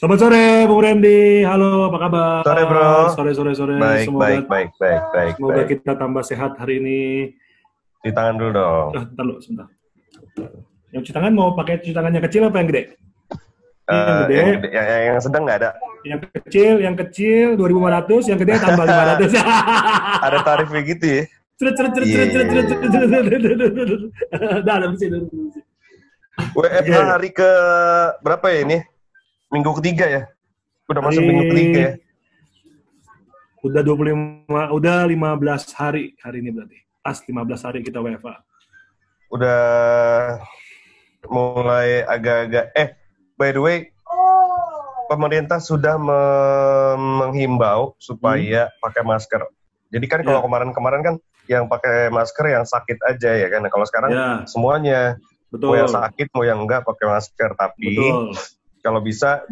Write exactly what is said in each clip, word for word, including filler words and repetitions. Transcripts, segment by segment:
Selamat sore, Bung Randy. Halo, apa Sore kabar? bro, Sore, sore, sore. baik, Semoga baik, baik, baik, baik, semoga baik. kita tambah sehat hari ini. Cuci tangan dulu dong. Ah, bentar lu, sebentar. Yang cuci tangan mau pakai cuci tangan yang kecil apa yang gede? Ini yang Eh, gede, yang gede, yang, yang sedang nggak ada. yang kecil, yang kecil dua ribu lima ratus, yang gede tambah lima ratus. Ada tarifnya gitu ya? Ceret, ceret, ceret, Iya, ceret, iya, ceret, iya. ceret, ceret, ceret, ceret, ceret, ceret. Dah, udah bersih, udah bersih. W F H Oke, hari ke berapa ya ini? Minggu ketiga ya? Udah hari masuk minggu ketiga ya? udah dua puluh lima, udah lima belas hari hari ini berarti. Pas lima belas hari kita W F H. Udah mulai agak-agak. Eh, by the way, pemerintah sudah me- menghimbau Hmm? supaya pakai masker. Jadi kan kalau Ya, kemarin-kemarin kan yang pakai masker yang sakit aja ya kan. Nah, kalau sekarang ya, semuanya mau yang betul. sakit mau yang enggak pakai masker. Tapi Betul. kalau bisa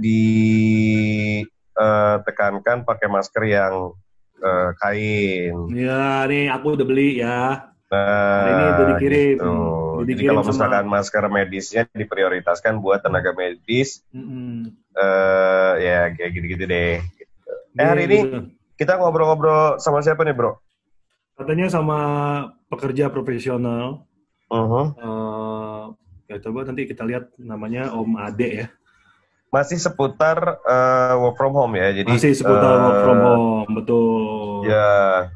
ditekankan pakai masker yang eh, kain. Ya, nih aku udah beli ya. Hari ini udah Nah, dikirim. gitu. Udah Jadi dikirim kalau sama. misalkan masker medisnya diprioritaskan buat tenaga medis, Mm-mm. eh ya kayak gitu-gitu deh. Eh Iya, hari ini bener. kita ngobrol-ngobrol sama siapa nih bro? Katanya sama pekerja profesional. Mhm. eh ya coba nanti kita lihat namanya Om Ade ya. Masih seputar eh, work from home ya. Jadi Masih seputar work from eh home, betul. ya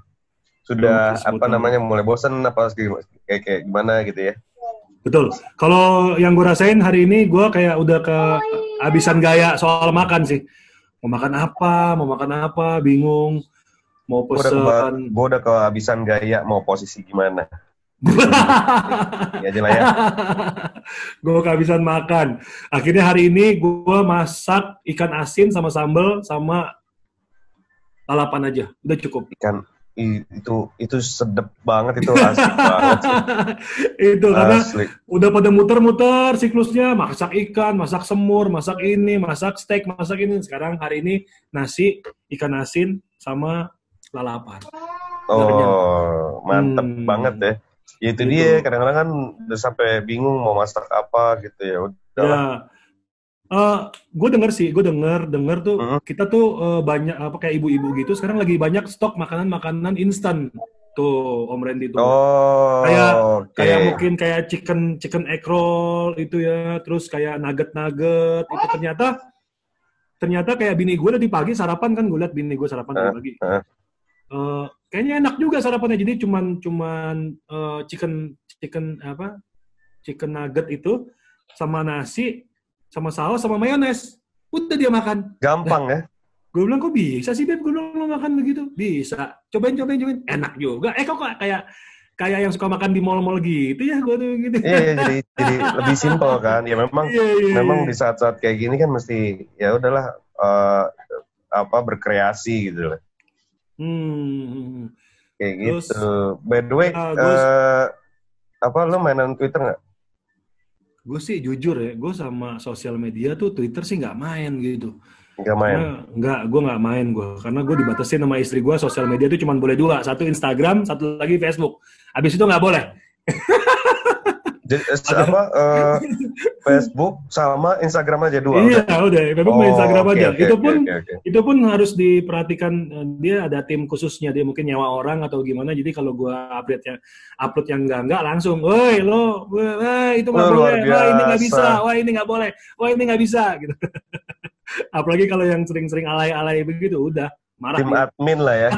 Itu sudah apa seputar. namanya mulai bosen apa kayak kayak gimana gitu ya. Betul. Kalau yang gue rasain hari ini, gue kayak udah kehabisan gaya soal makan sih. Mau makan apa, mau makan apa, bingung. Mau Gue udah keba pesen. gue udah kehabisan gaya mau posisi gimana. Jadi ini aja lah ya. Gue kehabisan makan. Akhirnya hari ini gue masak ikan asin sama sambal sama lalapan aja. Udah cukup. Ikan i- itu itu sedep banget itu asik banget sih Itu karena asli. udah pada muter-muter siklusnya, masak ikan, masak semur, masak ini, masak steak, masak ini. Sekarang hari ini nasi, ikan asin sama lalapan. Udah kenyang. Oh mantep banget Hmm, deh. Ya itu dia gitu. kadang-kadang kan udah sampai bingung mau masak apa gitu ya udahlah. Ya, eh gue denger sih, gue denger, denger tuh Mm. kita tuh eh, banyak apa kayak ibu-ibu gitu. Sekarang lagi banyak stok makanan-makanan instan tuh, Om Randy tuh. Kayak Oh, kayak oke. mungkin kayak chicken chicken egg roll itu ya, terus kayak nugget-nugget itu ternyata ternyata kayak bini gue tadi pagi sarapan kan gue liat bini gue sarapan tadi Hah? pagi. Hah? Eh, kayaknya enak juga sarapannya. Jadi cuman cuman eh, chicken chicken apa? Chicken nugget itu sama nasi sama saus sama mayones. Udah dia makan. Nah, Gampang ya. gue bilang kok bisa sih Beb? Gue bilang lo makan begitu. Bisa. Cobain cobain cobain. Enak juga. Eh kok kok kayak kayak yang suka makan di mall-mall gitu ya gue tuh gitu. Iya, iya, jadi jadi lebih simpel kan. Ya memang Iya iya memang iya. di saat-saat kayak gini kan mesti ya udahlah eh, apa berkreasi gitu loh. Hmm. Kayak gitu. Terus By the way, ya gue eh apa lu mainan Twitter nggak? gue sih jujur ya, gue sama sosial media tuh Twitter sih nggak main gitu. Nggak main. Karena nggak, gue nggak main gue. Karena gue dibatasi sama istri gue sosial media itu cuma boleh dua, satu Instagram, satu lagi Facebook. Habis itu nggak boleh. Jadi eh, Agak apa eh, Facebook sama Instagram aja dua iya udah. udah, Facebook main Oh, Instagram oke aja. oke Itu oke pun oke oke. itu pun harus diperhatikan, eh, dia ada tim khususnya, dia mungkin nyawa orang atau gimana. Jadi kalau gue update yang upload yang enggak enggak langsung, woi lo, wah itu nggak Oh, luar boleh, wah ini nggak bisa, biasa. wah ini nggak boleh, wah ini nggak bisa gitu. Apalagi kalau yang sering-sering alay-alay begitu, udah marah Tim dia. admin lah ya.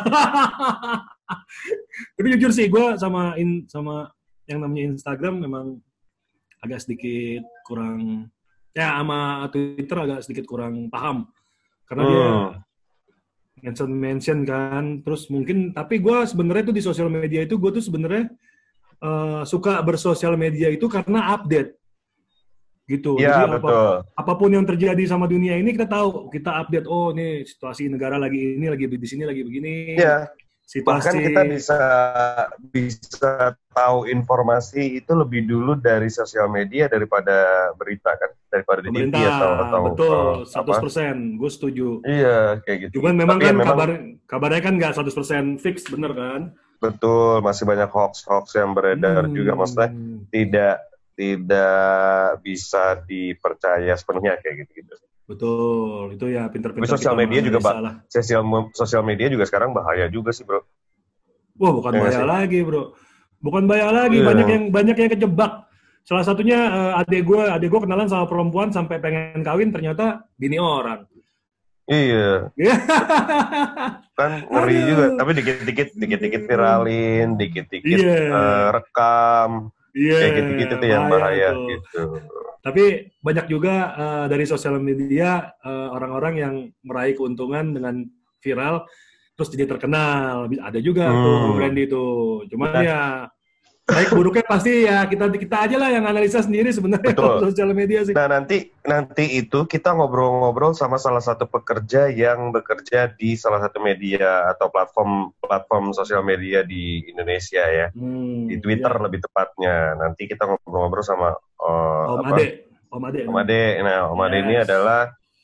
Tapi jujur sih gue sama in, sama yang namanya Instagram memang agak sedikit kurang, ya sama Twitter agak sedikit kurang paham karena dia Hmm. mention mention kan, terus mungkin tapi gue sebenarnya tuh di sosial media itu gue tuh sebenarnya eh, suka bersosial media itu karena update gitu. Iya, Jadi apa betul. apapun yang terjadi sama dunia ini kita tahu, kita update, oh nih situasi negara lagi ini, lagi di sini lagi begini, Iya, bahkan situasi. kita bisa bisa tahu informasi itu lebih dulu dari sosial media daripada berita kan, daripada di T V Pemerintah, atau atau betul, eh, seratus apa? persen, gue setuju. Iya, kayak Cuman gitu-gitu. memang Tapi ya kan memang kabar kabarnya kan nggak seratus persen fix, bener kan? betul masih banyak hoax-hoax yang beredar juga. Maksudnya Hmm, tidak tidak bisa dipercaya sepenuhnya kayak gitu-gitu. Betul, itu ya pinter-pinter Tapi sosial kita media juga, menganalisa lah. sosial sosial media juga sekarang bahaya juga sih, bro. Wah, bukan Ya nggak bahaya sih? lagi, bro. Bukan bahaya lagi, Iya. banyak yang banyak yang kejebak. Salah satunya uh, adik gue, adik gue kenalan sama perempuan sampai pengen kawin, ternyata bini orang. Iya. Kan ngeri juga. Aduh. Tapi dikit-dikit, dikit-dikit viralin, dikit-dikit Iya. uh, rekam, Iya, kayak gitu-gitu tuh yang bahaya itu. gitu. Tapi banyak juga uh, dari sosial media uh, orang-orang yang meraih keuntungan dengan viral, terus jadi terkenal. Ada juga Hmm. tuh Om Randy tuh. Cuman Nah, ya baik buruknya pasti ya kita kita aja lah yang analisa sendiri sebenarnya kalau sosial media sih. Nah nanti nanti itu kita ngobrol-ngobrol sama salah satu pekerja yang bekerja di salah satu media atau platform platform sosial media di Indonesia ya, hmm, di Twitter ya. Lebih tepatnya. Nanti kita ngobrol-ngobrol sama uh, Om apa? Ade, Om Ade. Om Ade. Nah Om Ade yes. ini adalah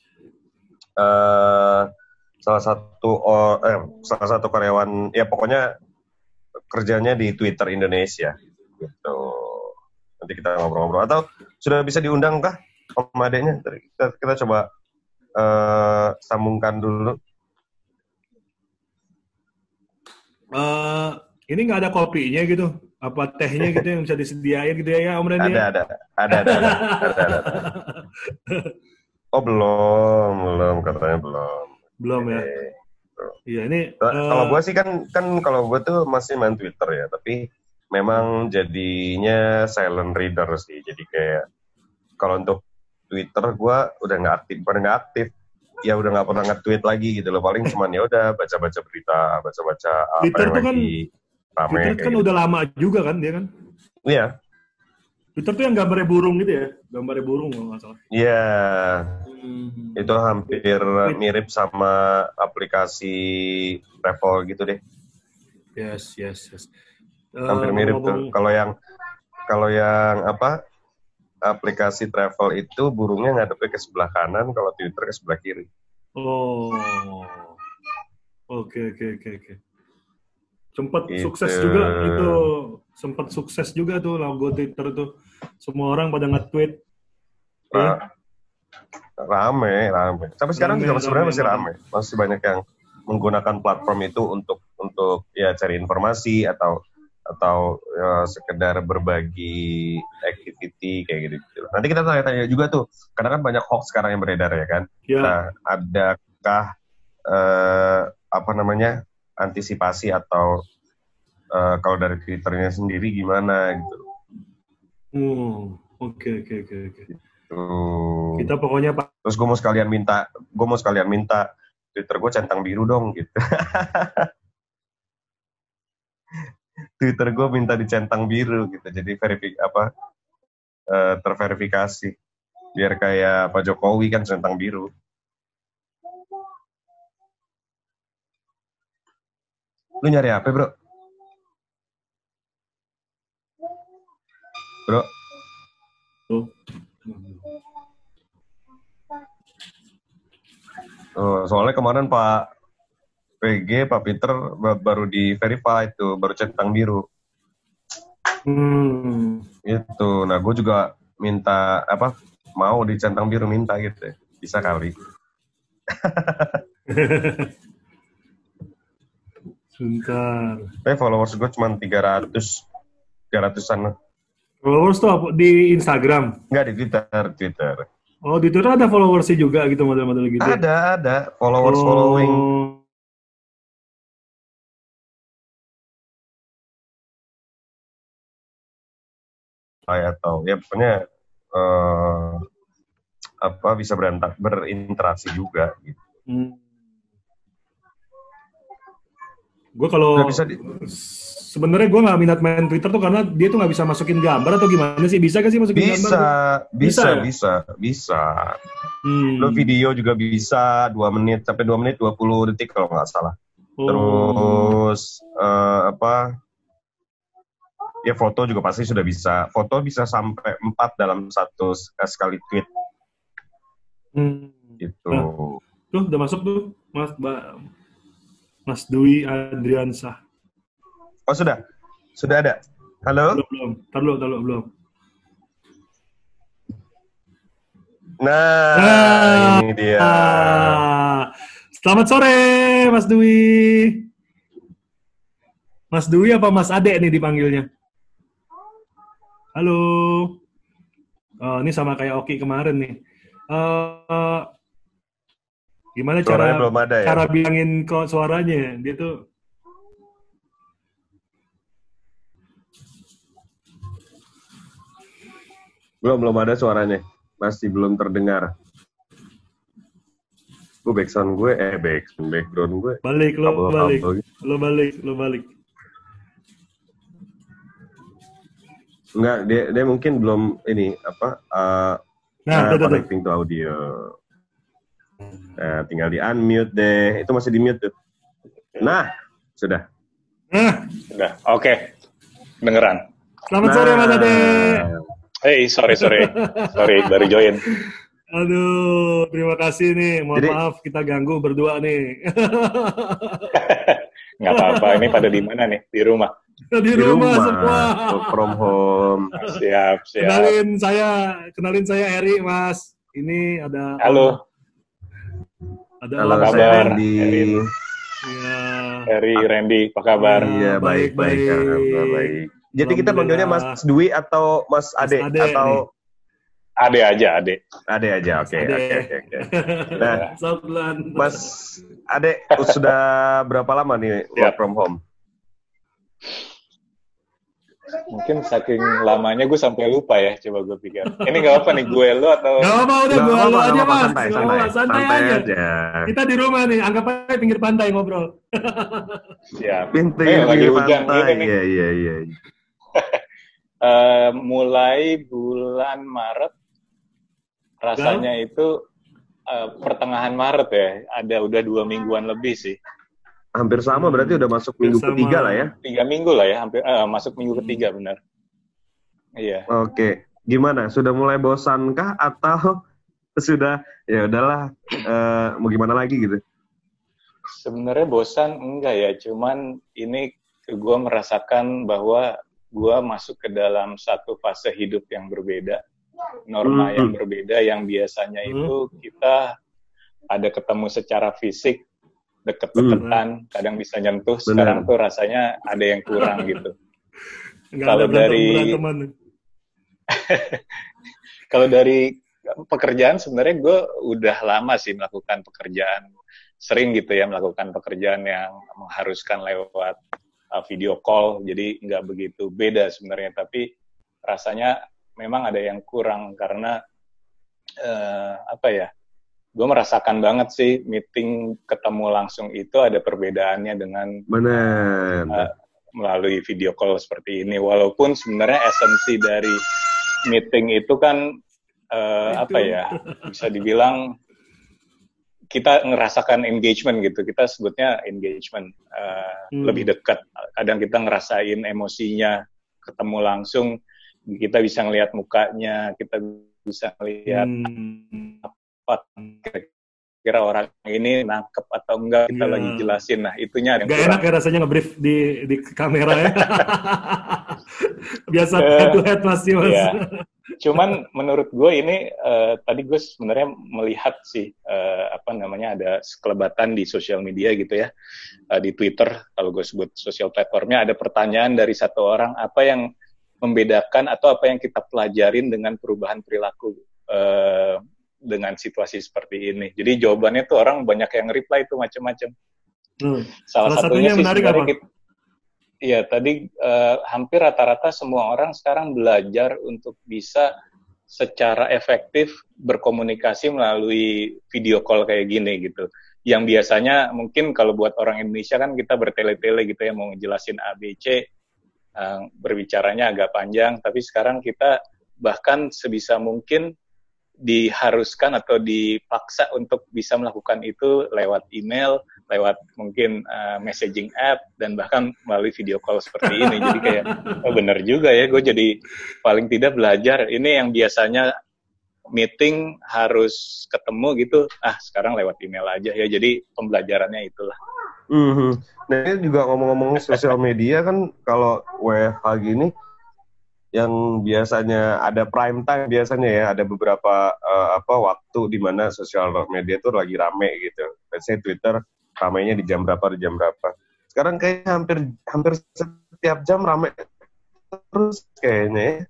uh, salah satu uh, eh, salah satu karyawan ya pokoknya kerjanya di Twitter Indonesia gitu. Nanti kita ngobrol-ngobrol atau sudah bisa diundang kah Om Adeknya? Kita, kita coba uh, sambungkan dulu. Uh, ini nggak ada kopinya gitu, apa tehnya gitu yang bisa disediain gitu ya Om Randy? Ada, ada, ada, ada, ada, ada, ada. Oh belum, belum katanya belum. Belum ya. Iya ini. Uh, kalau gue sih kan, kan kalau gue tuh masih main Twitter ya, tapi memang jadinya silent reader sih. Jadi kayak kalau untuk Twitter gue udah nggak aktif, bukan nggak aktif, ya udah nggak pernah nge-tweet lagi gitu loh. Paling cuman ya udah baca-baca berita, baca-baca apa Twitter yang tuh kan, lagi rame. Twitter kan gitu. Udah lama juga kan dia kan? Iya. Twitter tuh yang gambarnya burung gitu ya, gambarnya burung kalau nggak salah. Iya. Hmm. Itu hampir mirip sama aplikasi travel gitu deh. Yes, yes, yes. Hampir uh, mirip ngomong... tuh. Kalau yang kalau yang apa aplikasi travel itu burungnya ngadepnya ke sebelah kanan, kalau Twitter ke sebelah kiri. Oh, oke oke oke oke. Sempat gitu. Sukses juga itu, sempat sukses juga tuh logo Twitter tuh. Semua orang pada nge-tweet. Ra- rame, rame. Sampai sekarang rame, juga sebenarnya masih rame. Masih banyak yang menggunakan platform itu untuk untuk ya cari informasi atau atau ya, sekedar berbagi activity kayak gitu. Nanti kita tanya-tanya juga tuh, karena kan banyak hoax sekarang yang beredar ya kan. Ya. Nah, adakah eh, apa namanya antisipasi atau eh, kalau dari Twitternya sendiri gimana gitu? Hmm, oke oke oke oke. Tuh. Kita pokoknya Pak. Terus gue mau sekalian minta, gue mau sekalian minta Twitter gue centang biru dong gitu. Twitter gue minta dicentang biru gitu, jadi verifik apa uh, terverifikasi biar kayak Pak Jokowi kan centang biru. Lu nyari apa bro? Bro? Oh. Oh, soalnya kemarin Pak P G, Pak Peter baru di verify tuh, baru centang biru. Hmm. Itu, nah gue juga minta apa, mau dicentang biru minta gitu, bisa kali. Sebentar. Eh followers gue cuma tiga ratus, tiga ratusan. Followers tuh apa? Di Instagram? Enggak, di Twitter, Twitter. Oh, di Twitter ada followersnya juga gitu, model-model gitu? Ada, ada. Followers oh. following. Atau ya pokoknya uh, apa bisa berantak berinteraksi juga gitu. Hmm. Gue kalau di... sebenarnya gue nggak minat main Twitter tuh karena dia tuh nggak bisa masukin gambar atau gimana sih? Bisa gak sih masukin bisa, gambar? Bisa, bisa, ya? bisa, bisa. Hmm. Lo video juga bisa dua menit sampai dua menit dua puluh detik kalau nggak salah. Oh. Terus uh, apa? Ya foto juga pasti sudah bisa. Foto bisa sampai empat dalam satu sekali tweet. Hmm. Gitu. Nah, tuh udah masuk tuh, Mas ba, Mas Dwi Adriansah. Oh sudah, sudah ada. Halo. Belum, belum. Tar dulu, tar dulu, belum. Nah, Nah, ini dia. Selamat sore, Mas Dwi. Mas Dwi apa Mas Ade nih dipanggilnya? Halo. Oh, ini sama kayak Oki kemarin nih. Uh, gimana Suaranya cara belum ada ya? cara bilangin kok suaranya? Dia tuh Belum, belum ada suaranya. Masih belum terdengar. Gue backsound gue, eh backsound, background gue. balik, lo kabel, balik, kabel. lo balik, lo balik. Enggak, dia, dia mungkin belum ini, apa, uh, Nah, nah, tuh, tuh, connecting to audio. Nah, tinggal di-unmute deh. Itu masih di-mute tuh. Nah, sudah. Nah, Sudah, oke. Okay. Kedengeran. Selamat nah. sore, Mas Ade. Hey, sorry, sorry. Sorry, baru join. Aduh, terima kasih nih. Mohon Jadi, maaf kita ganggu berdua nih. Nggak apa-apa, ini pada di mana nih? Di rumah? Di, di rumah, rumah, semua. work from home. Siap, siap. Kenalin saya, kenalin saya Eri, Mas. Ini ada Halo. Ada Halo, apa saya kabar? Randy. Iya. Eri, Randy, apa kabar? Iya, baik, baik, baik. alhamdulillah, baik. Jadi kita panggilnya Mas Dwi atau Mas Ade, Mas Ade atau Ade aja, Ade. Ade aja, oke, Ade. oke, oke, oke. Nah, Soblan. Mas Ade sudah berapa lama nih work Siap. from home? Mungkin saking lamanya gue sampai lupa ya, coba gue pikir. Ini nggak apa nih, gue lo atau... Gak apa, udah Nggak gue apa-apa, lo nggak aja, apa-apa, Mas. santai, Nggak santai, apa-apa, santai, santai aja. aja. Kita di rumah nih, anggap aja pinggir pantai ngobrol. Siap. Pintu Eh, lagi pinggir hujan pantai, ini nih. iya, iya, iya. Uh, mulai bulan Maret, rasanya itu uh, pertengahan Maret ya, ada udah dua mingguan lebih sih. Hampir sama, berarti udah masuk minggu Sama. ketiga lah ya? Tiga minggu lah ya, hampir uh, masuk minggu ketiga benar. Iya. Oke, gimana? Sudah mulai bosankah atau sudah ya udahlah eh, mau gimana lagi gitu? Sebenarnya bosan enggak ya, cuman ini gue merasakan bahwa gue masuk ke dalam satu fase hidup yang berbeda, norma Hmm. yang berbeda, yang biasanya Hmm. itu kita ada ketemu secara fisik, deket-deketan, kadang bisa nyentuh. Benar. Sekarang tuh rasanya ada yang kurang gitu. Nggak Kalau ada berantem- dari- beranteman. Kalau dari pekerjaan sebenarnya gue udah lama sih melakukan pekerjaan, sering gitu ya melakukan pekerjaan yang mengharuskan lewat uh, video call, jadi nggak begitu beda sebenarnya, tapi rasanya memang ada yang kurang karena uh, apa ya, gue merasakan banget sih meeting ketemu langsung itu ada perbedaannya dengan Benar. uh, melalui video call seperti ini, walaupun sebenarnya esensi dari meeting itu kan uh, Itu. apa ya, bisa dibilang kita ngerasakan engagement gitu, kita sebutnya engagement, uh, Hmm. lebih dekat. Kadang kita ngerasain emosinya, ketemu langsung, kita bisa ngelihat mukanya, kita bisa ngelihat Hmm. apa kira-kira orang ini nangkep atau enggak, kita Iya. lagi jelasin. Nah, itunya yang Gak kurang. enak ya rasanya nge-brief di, di kamera ya. Biasa Eh, head to head masih mas. Iya. Cuman menurut gue ini uh, tadi gue sebenarnya melihat sih uh, apa namanya ada sekelebatan di sosial media gitu ya, uh, di Twitter kalau gue sebut sosial platformnya, ada pertanyaan dari satu orang, apa yang membedakan atau apa yang kita pelajarin dengan perubahan perilaku uh, dengan situasi seperti ini. Jadi jawabannya tuh orang banyak yang reply itu macam-macam. Hmm. Salah, Salah satunya satunya, sih menarik sebenarnya apa? kita, iya tadi uh, hampir rata-rata semua orang sekarang belajar untuk bisa secara efektif berkomunikasi melalui video call kayak gini gitu. Yang biasanya mungkin kalau buat orang Indonesia kan kita bertele-tele gitu ya, mau ngejelasin A B C, uh, berbicaranya agak panjang, tapi sekarang kita bahkan sebisa mungkin diharuskan atau dipaksa untuk bisa melakukan itu lewat email, lewat mungkin uh, messaging app, dan bahkan melalui video call seperti ini. Jadi kayak, oh bener juga ya, gue jadi paling tidak belajar. Ini yang biasanya meeting harus ketemu gitu, ah sekarang lewat email aja ya. Jadi pembelajarannya itulah. Mm-hmm. Nah ini juga ngomong-ngomong sosial media kan, kalau W F H gini, yang biasanya ada prime time biasanya ya, ada beberapa uh, apa waktu di mana sosial media itu lagi rame gitu. Let's say Twitter ramainya di jam berapa, di jam berapa. Sekarang kayaknya hampir hampir setiap jam rame terus kayaknya ya.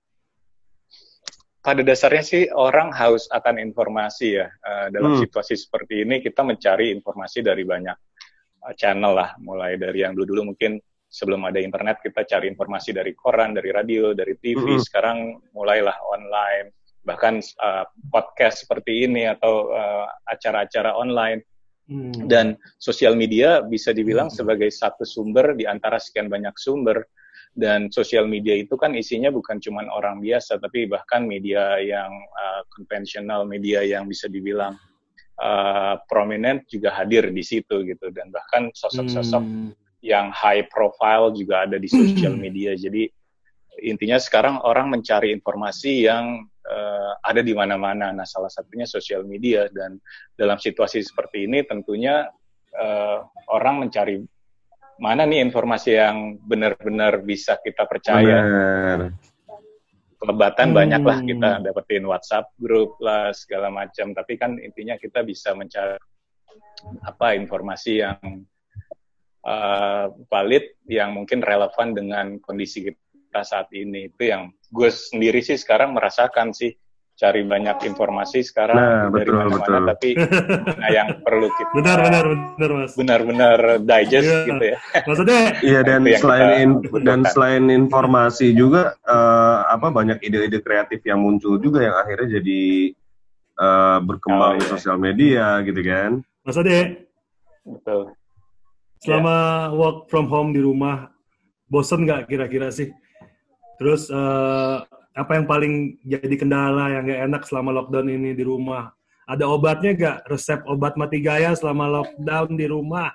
Pada dasarnya sih orang haus akan informasi ya. Uh, dalam hmm. situasi seperti ini kita mencari informasi dari banyak uh, channel lah. Mulai dari yang dulu-dulu mungkin sebelum ada internet kita cari informasi dari koran, dari radio, dari T V. Hmm. Sekarang mulailah online. Bahkan uh, podcast seperti ini atau uh, acara-acara online. Hmm. Dan sosial media bisa dibilang hmm. sebagai satu sumber di antara sekian banyak sumber. Dan sosial media itu kan isinya bukan cuma orang biasa, tapi bahkan media yang uh, konvensional, media yang bisa dibilang uh, prominent juga hadir di situ gitu. Dan bahkan sosok-sosok hmm. yang high profile juga ada di sosial media. Jadi intinya sekarang orang mencari informasi yang uh, ada di mana-mana. Nah, salah satunya sosial media. Dan dalam situasi seperti ini tentunya uh, orang mencari mana nih informasi yang benar-benar bisa kita percaya. Benar. Kelebatan hmm. banyak lah kita dapetin WhatsApp grup lah segala macam. Tapi kan intinya kita bisa mencari apa informasi yang uh, valid, yang mungkin relevan dengan kondisi kita saat ini. Itu yang gue sendiri sih sekarang merasakan sih. Cari banyak informasi sekarang nah, dari betul, mana-mana, betul. Tapi nah yang perlu kita benar benar benar mas benar-benar digest yeah. gitu ya. Maksudnya iya dan selain in, dan selain informasi juga uh, apa banyak ide-ide kreatif yang muncul juga yang akhirnya jadi uh, berkembang oh, iya. di sosial media gitu kan. Mas Ade. Betul. Selama yeah. work from home di rumah, bosen nggak kira-kira sih? Terus uh, apa yang paling jadi kendala yang gak enak selama lockdown ini di rumah? Ada obatnya gak? Resep obat mati gaya selama lockdown di rumah?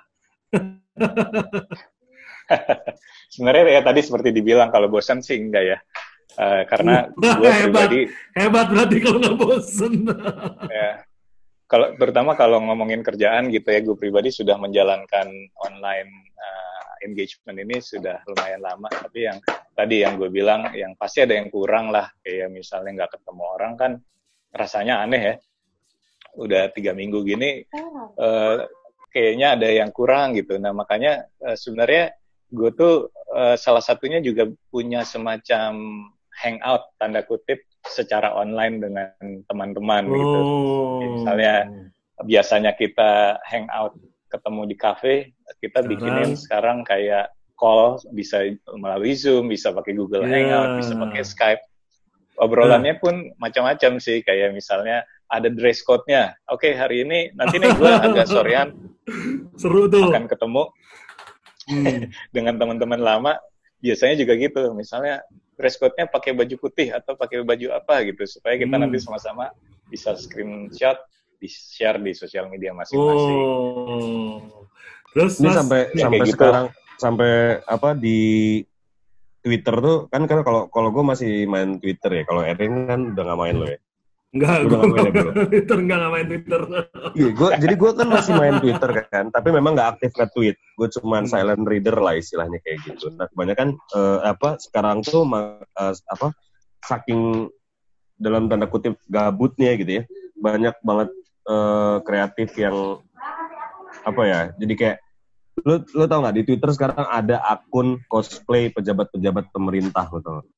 Sebenarnya ya tadi seperti dibilang, kalau bosan sih enggak ya. Uh, karena gue pribadi... Hebat berarti kalau gak bosan. Ya. Kalau, terutama kalau ngomongin kerjaan gitu ya, gue pribadi sudah menjalankan online uh, engagement ini sudah lumayan lama. Tapi yang tadi yang gue bilang, yang pasti ada yang kurang lah. Kayak misalnya nggak ketemu orang kan rasanya aneh ya. Udah tiga minggu gini, uh, kayaknya ada yang kurang gitu. Nah makanya uh, sebenarnya gue tuh uh, salah satunya juga punya semacam hangout, tanda kutip, secara online dengan teman-teman oh. gitu. Misalnya biasanya kita hangout ketemu di kafe, kita bikinin uh-huh. sekarang kayak call, bisa melalui Zoom, bisa pakai Google yeah. Hangout, bisa pakai Skype. Obrolannya yeah. pun macam-macam sih, kayak misalnya ada dress code-nya. Oke, okay, hari ini, nanti nih gue agak sorean. Seru tuh. Akan ketemu hmm. dengan teman-teman lama. Biasanya juga gitu, misalnya dress code-nya pakai baju putih atau pakai baju apa gitu, supaya kita hmm. nanti sama-sama bisa screenshot, di-share di sosial media masing-masing. Oh. Terus ini mas, sampai ya, sampai gitu. Sekarang sampai apa di Twitter tuh kan kan kalau kalau gue masih main Twitter ya, kalau Erin kan udah nggak main lo ya. Enggak, gue nggak main Twitter, enggak nggak main Twitter. Iya, gue jadi gue kan masih main Twitter kan, tapi memang nggak aktif nge-tweet. Gue cuman hmm. silent reader lah istilahnya kayak gitu. Nah kebanyakan uh, apa sekarang tuh uh, apa saking dalam tanda kutip gabutnya gitu ya, banyak banget uh, kreatif yang apa ya, jadi kayak lu lu tau nggak di Twitter sekarang ada akun cosplay pejabat-pejabat pemerintah, lu tau nggak?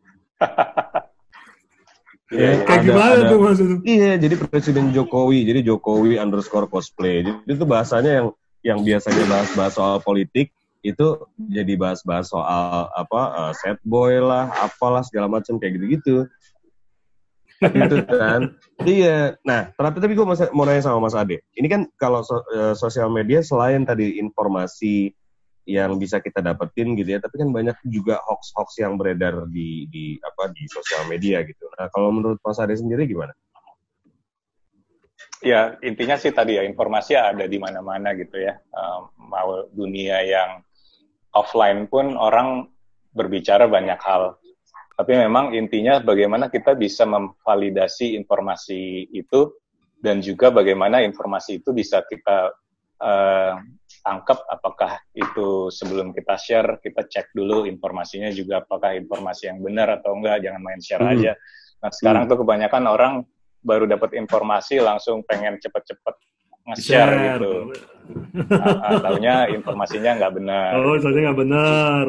Ya, kayak ada, gimana ada, tuh maksudnya? Iya, jadi Presiden Jokowi, jadi Jokowi underscore cosplay. Jadi itu bahasanya yang yang biasanya bahas-bahas soal politik itu jadi bahas-bahas soal apa uh, sad boy lah, apalah segala macam kayak gitu-gitu. Gitu kan? Iya. Nah, ternyata tapi gue mau nanya sama Mas Ade. Ini kan kalau so, uh, sosial media selain tadi informasi yang bisa kita dapetin gitu ya, tapi kan banyak juga hoax-hoax yang beredar di di apa di sosial media gitu. Nah, kalau menurut Mas Ade sendiri gimana? Ya, intinya sih tadi ya, informasi ada di mana-mana gitu ya. Um, mau dunia yang offline pun orang berbicara banyak hal. Tapi memang intinya bagaimana kita bisa memvalidasi informasi itu dan juga bagaimana informasi itu bisa kita uh, tangkap apakah itu sebelum kita share, kita cek dulu informasinya juga apakah informasi yang benar atau enggak, jangan main share hmm. aja. Nah sekarang hmm. tuh kebanyakan orang baru dapat informasi langsung pengen cepet-cepet nge-share share. Gitu. Nah, taunya informasinya nggak benar. Oh, soalnya nggak benar.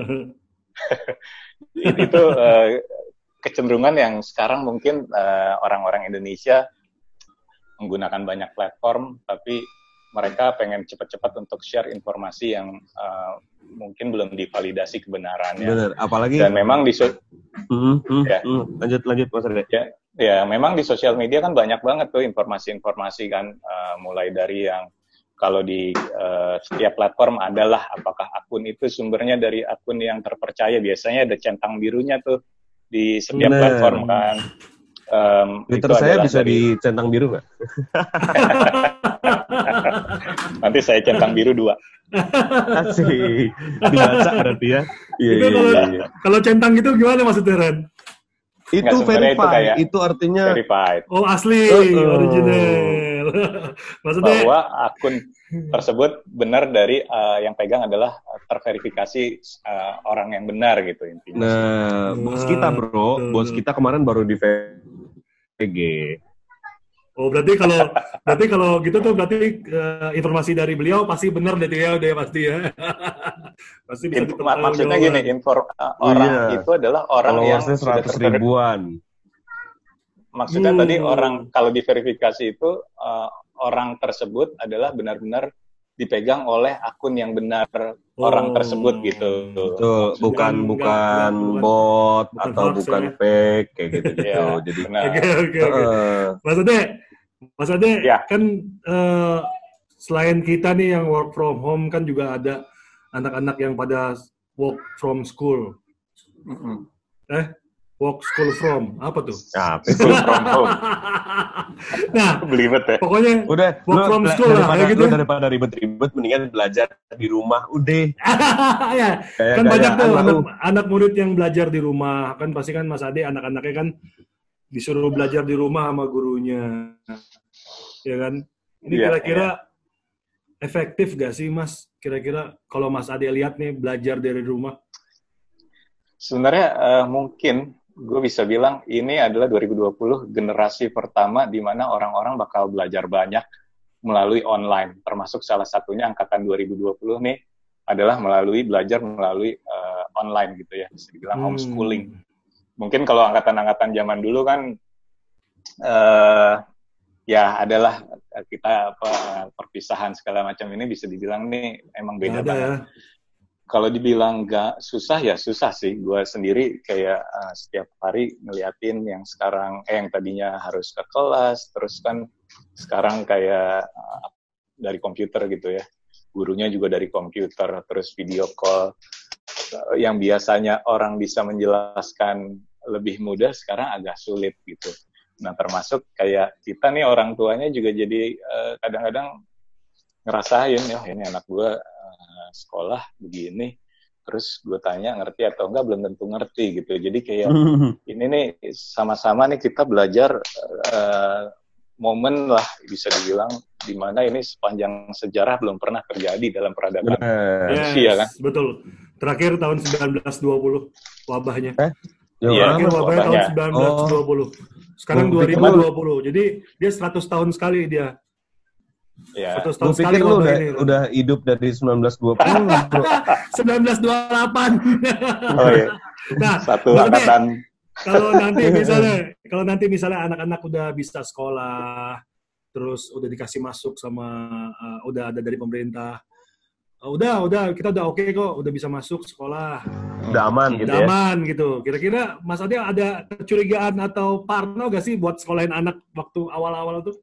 Itu uh, kecenderungan yang sekarang mungkin uh, orang-orang Indonesia menggunakan banyak platform, tapi mereka pengen cepat-cepat untuk share informasi yang uh, mungkin belum divalidasi kebenarannya. Benar, apalagi dan memang di so- mm, mm, ya. mm, lanjut lanjut Mas Rede. Ya, ya, memang di sosial media kan banyak banget tuh informasi-informasi kan, uh, mulai dari yang kalau di uh, setiap platform adalah apakah akun itu sumbernya dari akun yang terpercaya, biasanya ada centang birunya tuh di setiap Bener. platform kan. Um, Twitter saya bisa dari... dicentang biru nggak? Nanti saya centang biru dua. Asik. Dibaca berarti ya. Iya, itu iya, kalau, iya. kalau centang itu gimana maksudnya, Ren? Itu verified, itu, kayak itu artinya verified. Oh, asli, oh. original. Maksudnya bahwa akun tersebut benar dari uh, yang pegang adalah terverifikasi uh, orang yang benar gitu intinya. Nah, bos kita bro, uh, bos kita kemarin baru di V G. Oh, berarti kalau berarti kalau gitu tuh berarti uh, informasi dari beliau pasti benar deh ya, udah pasti ya. Pasti bisa Info, maksudnya gini, info, uh, orang iya. itu adalah orang yang seratus ribuan. Maksudnya hmm. tadi orang kalau diverifikasi itu uh, orang tersebut adalah benar-benar dipegang oleh akun yang benar oh. orang tersebut gitu. Betul, bukan bukan, bukan bot bukan atau hoax, bukan ya. fake kayak gitu gitu. Ya, jadi oke oke oke. Maksudnya maksudnya ya. kan uh, selain kita nih yang work from home kan juga ada anak-anak yang pada work from school. Mm-hmm. Eh Work school from apa tuh? Nah, school from home. Nah, belibet ya. Pokoknya udah work from school lah daripada, gitu. Daripada ribet-ribet mendingan belajar di rumah udah. Ya, kayak, kan kayak banyak tuh anak, anak murid yang belajar di rumah. Kan pasti kan Mas Ade anak-anaknya kan disuruh belajar di rumah sama gurunya. Ya kan? Ini ya, kira-kira ya. efektif gak sih Mas? Kira-kira kalau Mas Ade lihat nih belajar dari rumah? Sebenarnya uh, mungkin gue bisa bilang ini adalah dua ribu dua puluh generasi pertama di mana orang-orang bakal belajar banyak melalui online. Termasuk salah satunya angkatan dua ribu dua puluh nih adalah melalui belajar melalui uh, online gitu ya. Bisa dibilang hmm. homeschooling. Mungkin kalau angkatan-angkatan zaman dulu kan uh, ya adalah kita apa perpisahan segala macam ini bisa dibilang nih emang beda ada, banget. Ya. Kalau dibilang nggak susah ya susah sih. Gue sendiri kayak uh, setiap hari ngeliatin yang sekarang, eh yang tadinya harus ke kelas, terus kan sekarang kayak uh, dari komputer gitu ya. Gurunya juga dari komputer, terus video call. Uh, yang biasanya orang bisa menjelaskan lebih mudah, sekarang agak sulit gitu. Nah termasuk kayak kita nih orang tuanya juga jadi uh, kadang-kadang ngerasain, ya ini anak gue sekolah begini, terus gue tanya ngerti atau enggak, belum tentu ngerti gitu. Jadi kayak ini nih sama-sama nih kita belajar uh, momen lah bisa dibilang di mana ini sepanjang sejarah belum pernah terjadi dalam peradaban manusia yes, kan. Betul. Terakhir tahun sembilan belas dua puluh wabahnya. Eh? Iya, terakhir wabahnya, wabahnya tahun sembilan belas dua puluh. Sekarang oh, dua ribu dua puluh. Jadi dia seratus tahun sekali dia. Ya, gue pikir lu udah, ini, udah hidup dari sembilan belas dua puluh sembilan belas dua puluh delapan Oh iya. Nah, satu angkatan. Kalau nanti misalnya, kalau nanti misalnya anak-anak udah bisa sekolah, terus udah dikasih masuk sama, uh, udah ada dari pemerintah, uh, udah, udah kita udah oke okay kok, udah bisa masuk sekolah, udah aman gitu udah ya. aman gitu. Kira-kira Mas Ade ada kecurigaan atau parno gak sih buat sekolahin anak waktu awal-awal tuh?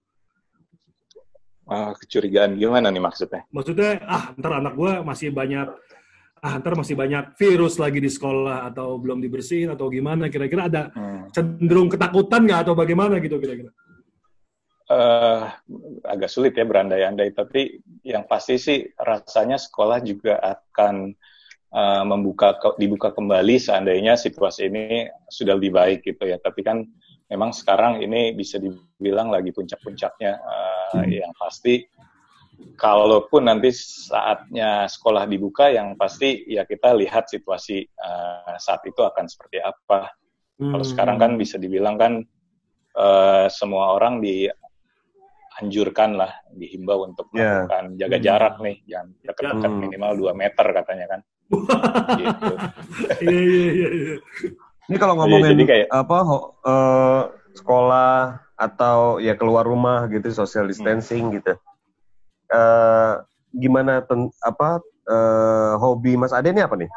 Uh, kecurigaan gimana nih maksudnya? Maksudnya, ah ntar anak gue masih banyak, ah ntar masih banyak virus lagi di sekolah atau belum dibersihin atau gimana? Kira-kira ada hmm. cenderung ketakutan nggak atau bagaimana gitu kira-kira? Uh, agak sulit ya berandai-andai, tapi yang pasti sih rasanya sekolah juga akan uh, membuka dibuka kembali seandainya situasi ini sudah lebih baik gitu ya. Tapi kan memang sekarang ini bisa dibilang lagi puncak-puncaknya, uh, yang pasti kalaupun nanti saatnya sekolah dibuka, yang pasti ya kita lihat situasi uh, saat itu akan seperti apa. Hmm. Kalau sekarang kan bisa dibilang kan uh, semua orang dianjurkan lah, dihimbau untuk yeah. melakukan jaga jarak nih, jangan dekat-dekat hmm. minimal dua meter katanya kan. Gitu. Iya iya iya. Ini kalau ngomongin ya, kayak, apa uh, sekolah atau ya keluar rumah gitu, social distancing hmm. gitu. Uh, gimana ten, apa uh, hobi Mas Ade ini apa nih?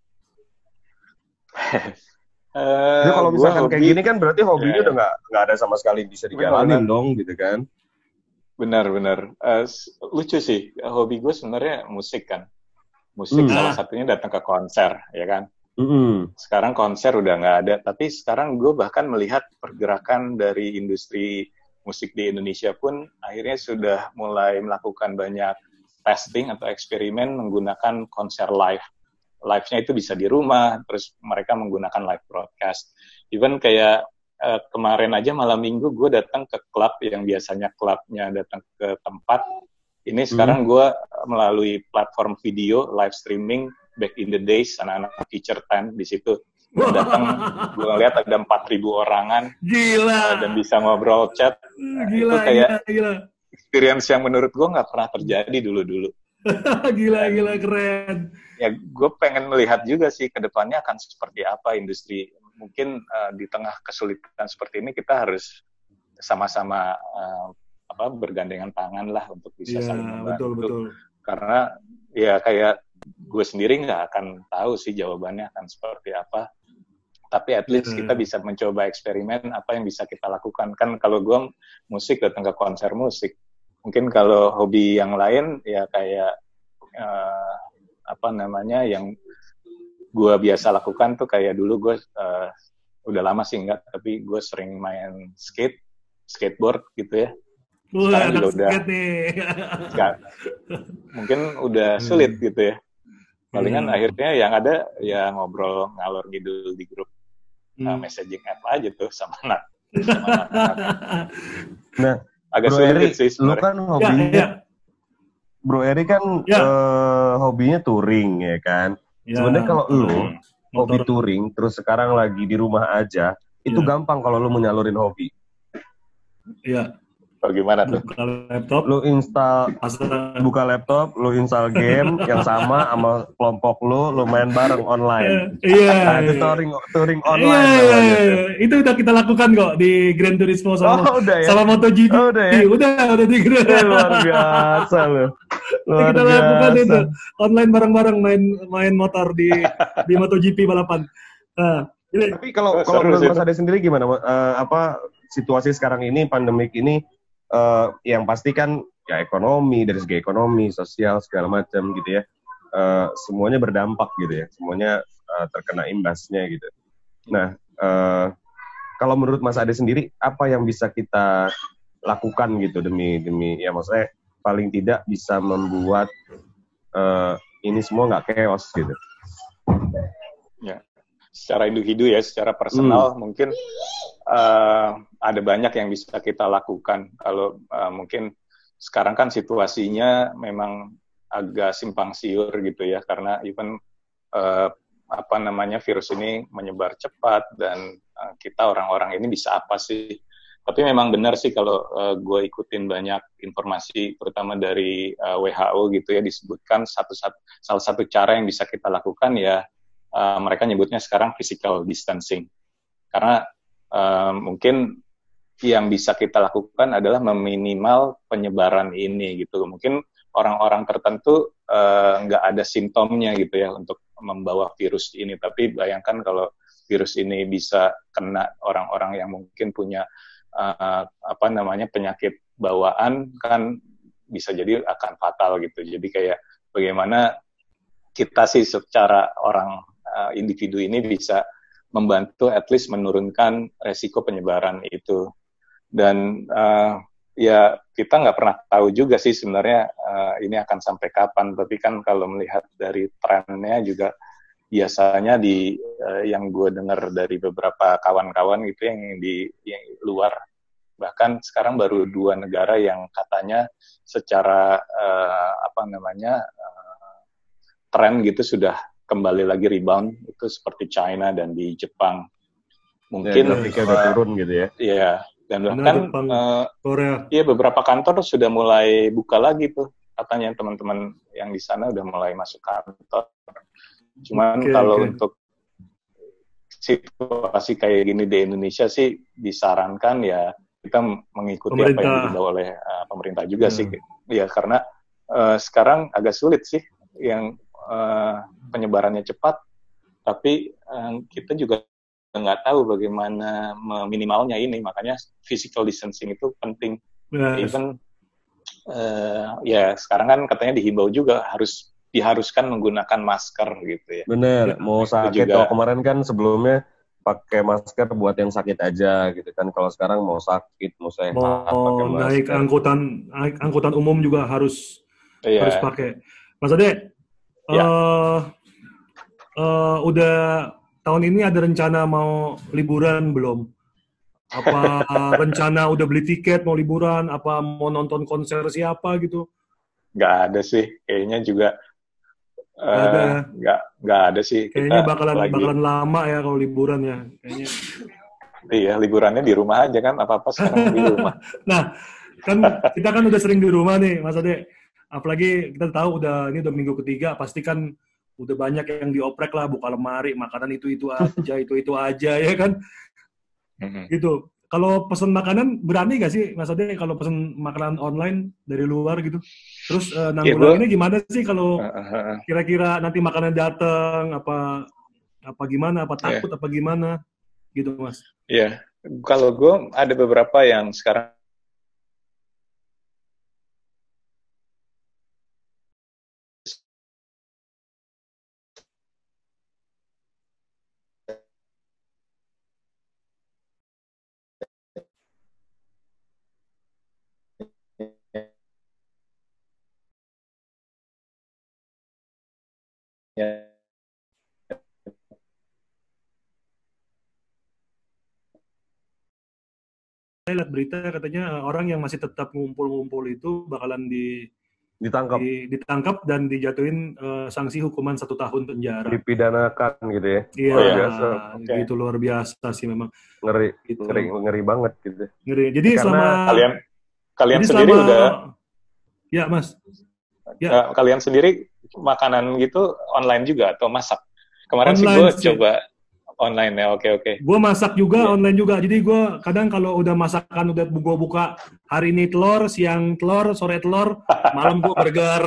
uh, Jadi kalau misalkan hobi, kayak gini kan berarti hobinya ya, udah nggak nggak ada sama sekali bisa dijalanin dong gitu kan? Benar-benar uh, lucu sih, hobi gue sebenarnya musik kan, musik hmm. salah satunya datang ke konser ya kan. Mm-hmm. Sekarang konser udah nggak ada, tapi sekarang gue bahkan melihat pergerakan dari industri musik di Indonesia pun akhirnya sudah mulai melakukan banyak testing atau eksperimen menggunakan konser live. Live-nya itu bisa di rumah, terus mereka menggunakan live broadcast. Even kayak uh, kemarin aja malam minggu gue datang ke klub yang biasanya klubnya datang ke tempat. Ini sekarang mm. gue melalui platform video live streaming. Back in the days, anak-anak feature tent di situ datang, gue ngeliat ada empat ribu orangan, gila, dan bisa ngobrol chat. Nah, gila, itu kayak gila, gila. Experience yang menurut gue nggak pernah terjadi dulu-dulu. Gila, dan, gila, keren. Ya, gue pengen melihat juga sih ke depannya akan seperti apa industri. Mungkin uh, di tengah kesulitan seperti ini kita harus sama-sama uh, apa bergandengan tangan lah untuk bisa ya, saling membantu. Betul, betul. Karena ya kayak gue sendiri nggak akan tahu sih jawabannya akan seperti apa. Tapi at least yeah. kita bisa mencoba eksperimen apa yang bisa kita lakukan. Kan kalau gue musik datang ke konser musik. Mungkin kalau hobi yang lain ya kayak uh, apa namanya yang gue biasa lakukan tuh kayak dulu gue uh, udah lama sih enggak, tapi gue sering main skate, skateboard gitu ya. Sekarang juga udah enggak, mungkin udah sulit hmm. gitu ya. Palingan hmm. akhirnya yang ada ya ngobrol ngalor ngidul di grup hmm. uh, messaging app aja tuh sama anak. Sama anak. Nah, agak Bro sulit Eri, sih lu kan hobinya, ya, ya. Bro Eri kan ya. uh, hobinya touring ya kan. Ya. Sebenarnya kalau lu hmm. hobi touring terus sekarang lagi di rumah aja, itu ya. gampang kalau lu menyalurin hobi. Iya. Oh, gimana tuh? Buka laptop, lu install, Asal. buka laptop, lu install game yang sama sama kelompok lu, lu main bareng online. Iya. Nah, itu touring, touring online. Iya, iya, iya. Itu udah kita lakukan kok di Gran Turismo sama, oh, udah ya? sama MotoGP. Oh, udah, ya? udah, udah di Gran. Eh, luar biasa lu. Luar kita biasa. lakukan itu online bareng-bareng main main motor di di MotoGP balapan. Nah, ini. Tapi kalau kalau menurut Mas Ade sendiri gimana? Uh, apa situasi sekarang ini, pandemik ini? Uh, yang pasti kan ya ekonomi, dari segi ekonomi, sosial segala macam gitu ya, uh, semuanya berdampak gitu ya, semuanya uh, terkena imbasnya gitu. Nah, uh, kalau menurut Mas Ade sendiri apa yang bisa kita lakukan gitu demi demi ya maksudnya paling tidak bisa membuat uh, ini semua nggak chaos gitu. Ya, secara individu ya, secara personal hmm. mungkin uh, ada banyak yang bisa kita lakukan. Kalau uh, mungkin sekarang kan situasinya memang agak simpang siur gitu ya, karena even uh, apa namanya virus ini menyebar cepat dan uh, kita orang-orang ini bisa apa sih? Tapi memang benar sih kalau uh, gue ikutin banyak informasi, terutama dari uh, W H O gitu ya, disebutkan satu, satu salah satu cara yang bisa kita lakukan ya uh, mereka nyebutnya sekarang physical distancing, karena uh, mungkin yang bisa kita lakukan adalah meminimal penyebaran ini gitu. Mungkin orang-orang tertentu nggak uh, ada simptomnya gitu ya untuk membawa virus ini. Tapi bayangkan kalau virus ini bisa kena orang-orang yang mungkin punya uh, apa namanya penyakit bawaan, kan bisa jadi akan fatal gitu. Jadi kayak bagaimana kita sih secara orang uh, individu ini bisa membantu at least menurunkan resiko penyebaran itu. Dan uh, ya kita nggak pernah tahu juga sih sebenarnya uh, ini akan sampai kapan. Tapi kan kalau melihat dari trennya juga biasanya di uh, yang gue dengar dari beberapa kawan-kawan itu yang di yang luar Bahkan sekarang baru dua negara yang katanya secara uh, apa namanya uh, tren gitu sudah kembali lagi rebound, itu seperti China dan di Jepang. Mungkin ya, grafiknya udah turun gitu ya. Iya, dan bahkan uh, Korea. Iya, beberapa kantor sudah mulai buka lagi tuh. Katanya teman-teman yang di sana udah mulai masuk kantor. Cuman okay, kalau okay. untuk situasi kayak gini di Indonesia sih disarankan ya kita mengikuti pemerintah. Apa yang dihimbau oleh uh, pemerintah juga hmm. sih. Ya karena uh, sekarang agak sulit sih yang uh, penyebarannya cepat, tapi uh, kita juga nggak tahu bagaimana minimalnya ini, makanya physical distancing itu penting. Yes. Even uh, ya sekarang kan katanya dihimbau juga harus diharuskan menggunakan masker gitu ya. Bener, mau sakit juga. Kalau kemarin kan sebelumnya pakai masker buat yang sakit aja gitu kan. Kalau sekarang mau sakit, mau sehat mau pakai masker. Naik angkutan angkutan umum juga harus yeah. harus pakai. Mas Ade, yeah. uh, uh, udah tahun ini ada rencana mau liburan belum? Apa rencana udah beli tiket mau liburan? Apa mau nonton konser siapa gitu? Gak ada sih, kayaknya juga Gak uh, ada ya? Gak, gak ada sih. Kayaknya kita bakalan lagi... bakalan lama ya kalau liburan ya. Kayaknya. Iya, liburannya di rumah aja kan, apa-apa sekarang di rumah. Nah, kan kita kan udah sering di rumah nih, Mas Ade. Apalagi kita tahu udah ini udah minggu ketiga, pasti kan udah banyak yang dioprek lah, buka lemari, makanan itu-itu aja, itu-itu aja, ya kan? Mm-hmm. Gitu. Kalau pesen makanan, berani nggak sih, Mas Ade, kalau pesen makanan online dari luar gitu? Terus uh, nanggulanginnya gimana sih kalau kira-kira nanti makanan datang, apa apa gimana, apa takut, yeah. apa gimana? Gitu, Mas. Iya. Yeah. Kalau gue ada beberapa yang sekarang ya. Saya lihat berita katanya orang yang masih tetap ngumpul-ngumpul itu bakalan di, ditangkap, di, ditangkap dan dijatuhin uh, sanksi hukuman satu tahun penjara. Dipidanakan gitu ya? Iya, oh, biasa. Okay. Gitu luar biasa sih memang. Ngeri, gitu. ngeri, ngeri banget gitu. Ngeri. Jadi karena selama kalian kalian jadi sendiri selama, udah, ya Mas. Ya. Uh, kalian sendiri makanan gitu online juga atau masak? Kemarin online sih gue sih. coba online ya, oke oke. Gue masak juga yeah. online juga, jadi gue kadang kalau udah masakan udah gue buka hari ini telur, siang telur, sore telur, malam gue burger.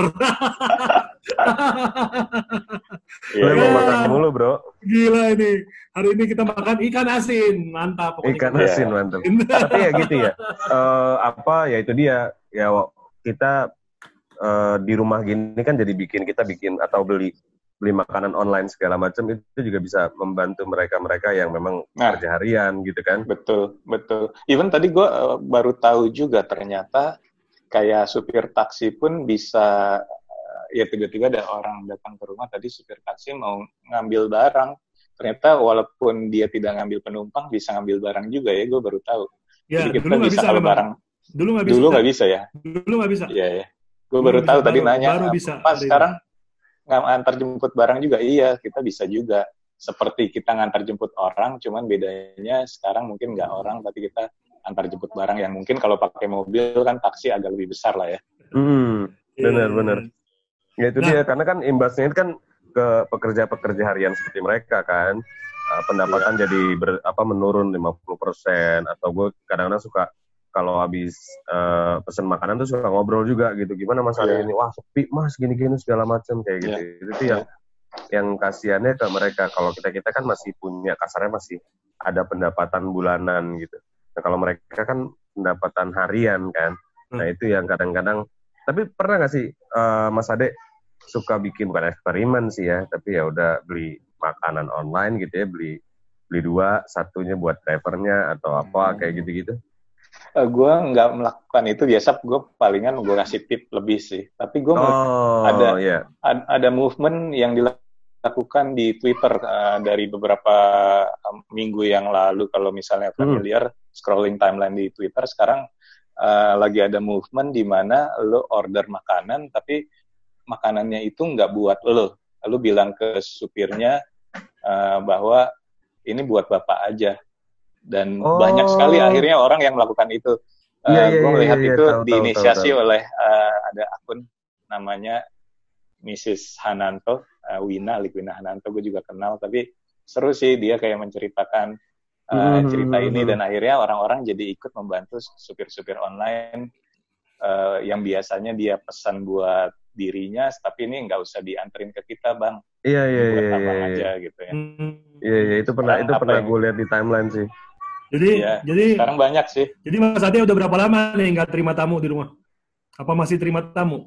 Iya, yeah, makan mulu bro. Gila ini, hari ini kita makan ikan asin, mantap. Pokoknya. Ikan asin ya. Mantap. Tapi ya gitu ya, uh, apa ya itu dia, ya kita uh, di rumah gini kan jadi bikin kita bikin atau beli beli makanan online segala macam itu juga bisa membantu mereka-mereka yang memang nah, kerja harian gitu kan. Betul, betul. Even tadi gue uh, baru tahu juga ternyata kayak supir taksi pun bisa, uh, ya tiba-tiba ada orang datang ke rumah tadi supir taksi mau ngambil barang. Ternyata walaupun dia tidak ngambil penumpang bisa ngambil barang juga ya, gue baru tahu. Ya, jadi kita bisa kalau barang. Dulu nggak bisa. Dulu nggak bisa ya. Dulu nggak bisa. Iya ya. Gue baru tahu tadi baru, nanya. Baru bisa. Pas sekarang ngantar jemput barang juga, iya kita bisa juga seperti kita ngantar jemput orang, cuman bedanya sekarang mungkin nggak orang tapi kita antar jemput barang yang mungkin kalau pakai mobil kan taksi agak lebih besar lah ya. Hmm, benar-benar. Ya itu nah, dia karena kan imbasnya itu kan ke pekerja-pekerja harian seperti mereka kan, uh, pendapatan iya. jadi ber, apa menurun lima puluh persen atau gue kadang-kadang suka kalau habis uh, pesen makanan tuh suka ngobrol juga gitu. Gimana mas hari yeah. ini? Wah sepi mas, gini-gini segala macam kayak gitu. Yeah. Itu yang yang kasihannya ke mereka. Kalau kita-kita kan masih punya, kasarnya masih ada pendapatan bulanan gitu. Nah kalau mereka kan pendapatan harian kan. Hmm. Nah itu yang kadang-kadang. Tapi pernah nggak sih uh, Mas Ade suka bikin, bukan eksperimen sih ya, tapi ya udah beli makanan online gitu ya, beli beli dua, satunya buat drivernya atau apa hmm. kayak gitu-gitu? Uh, gue nggak melakukan itu, biasa gue palingan gue kasih tip lebih sih. Tapi gue oh, ada, yeah. ada ada movement yang dilakukan di Twitter uh, dari beberapa um, minggu yang lalu. Kalau misalnya familiar, hmm. scrolling timeline di Twitter sekarang uh, lagi ada movement di mana lo order makanan tapi makanannya itu nggak buat lo. Lo bilang ke supirnya uh, bahwa ini buat bapak aja. Dan oh. banyak sekali akhirnya orang yang melakukan itu. Uh, yeah, yeah, gue melihat yeah, yeah, itu yeah, diinisiasi tahu, tahu, tahu. oleh uh, ada akun namanya missus Hananto, uh, Wina, Likwina Hananto, gue juga kenal, tapi seru sih dia kayak menceritakan uh, mm-hmm. cerita ini, dan akhirnya orang-orang jadi ikut membantu supir-supir online uh, yang biasanya dia pesan buat dirinya, tapi ini nggak usah dianterin ke kita, Bang. Iya, iya, buat iya, abang iya, aja gitu ya. Iya, iya, itu pernah sekarang itu pernah yang... gue lihat di timeline sih. Jadi, ya, jadi sekarang banyak sih. Jadi Mas Ade udah berapa lama nih nggak terima tamu di rumah? Apa masih terima tamu?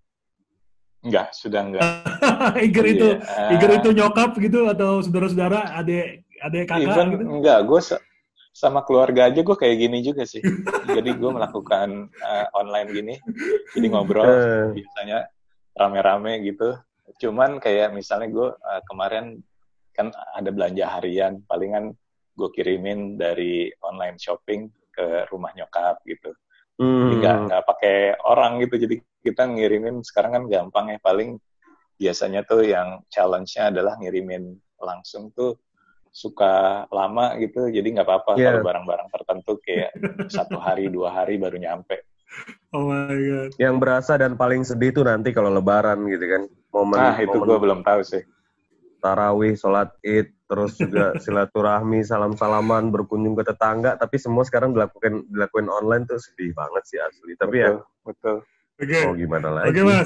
Enggak, sudah enggak. Iger itu, uh, Iger itu nyokap gitu atau saudara-saudara, adik, adik kakak even, gitu? Enggak, gue se- sama keluarga aja gue kayak gini juga sih. Jadi gue melakukan uh, online gini, jadi ngobrol uh. biasanya rame-rame gitu. Cuman kayak misalnya gue uh, kemarin kan ada belanja harian, palingan gue kirimin dari online shopping ke rumah nyokap gitu. Hmm. Jadi nggak nggak pakai orang gitu, jadi kita ngirimin sekarang kan gampang ya, paling biasanya tuh yang challenge-nya adalah ngirimin langsung tuh suka lama gitu, jadi nggak apa-apa yeah. kalau barang-barang tertentu kayak satu hari dua hari baru nyampe. Oh my god. Yang berasa dan paling sedih tuh nanti kalau Lebaran gitu kan, momen. Nah itu gue belum tahu sih. Tarawih, sholat id, terus juga silaturahmi, salam-salaman, berkunjung ke tetangga, tapi semua sekarang dilakukan dilakuin online tuh sedih banget sih asli. Tapi betul, ya, betul. Oke. Mau gimana lagi? Oke Mas,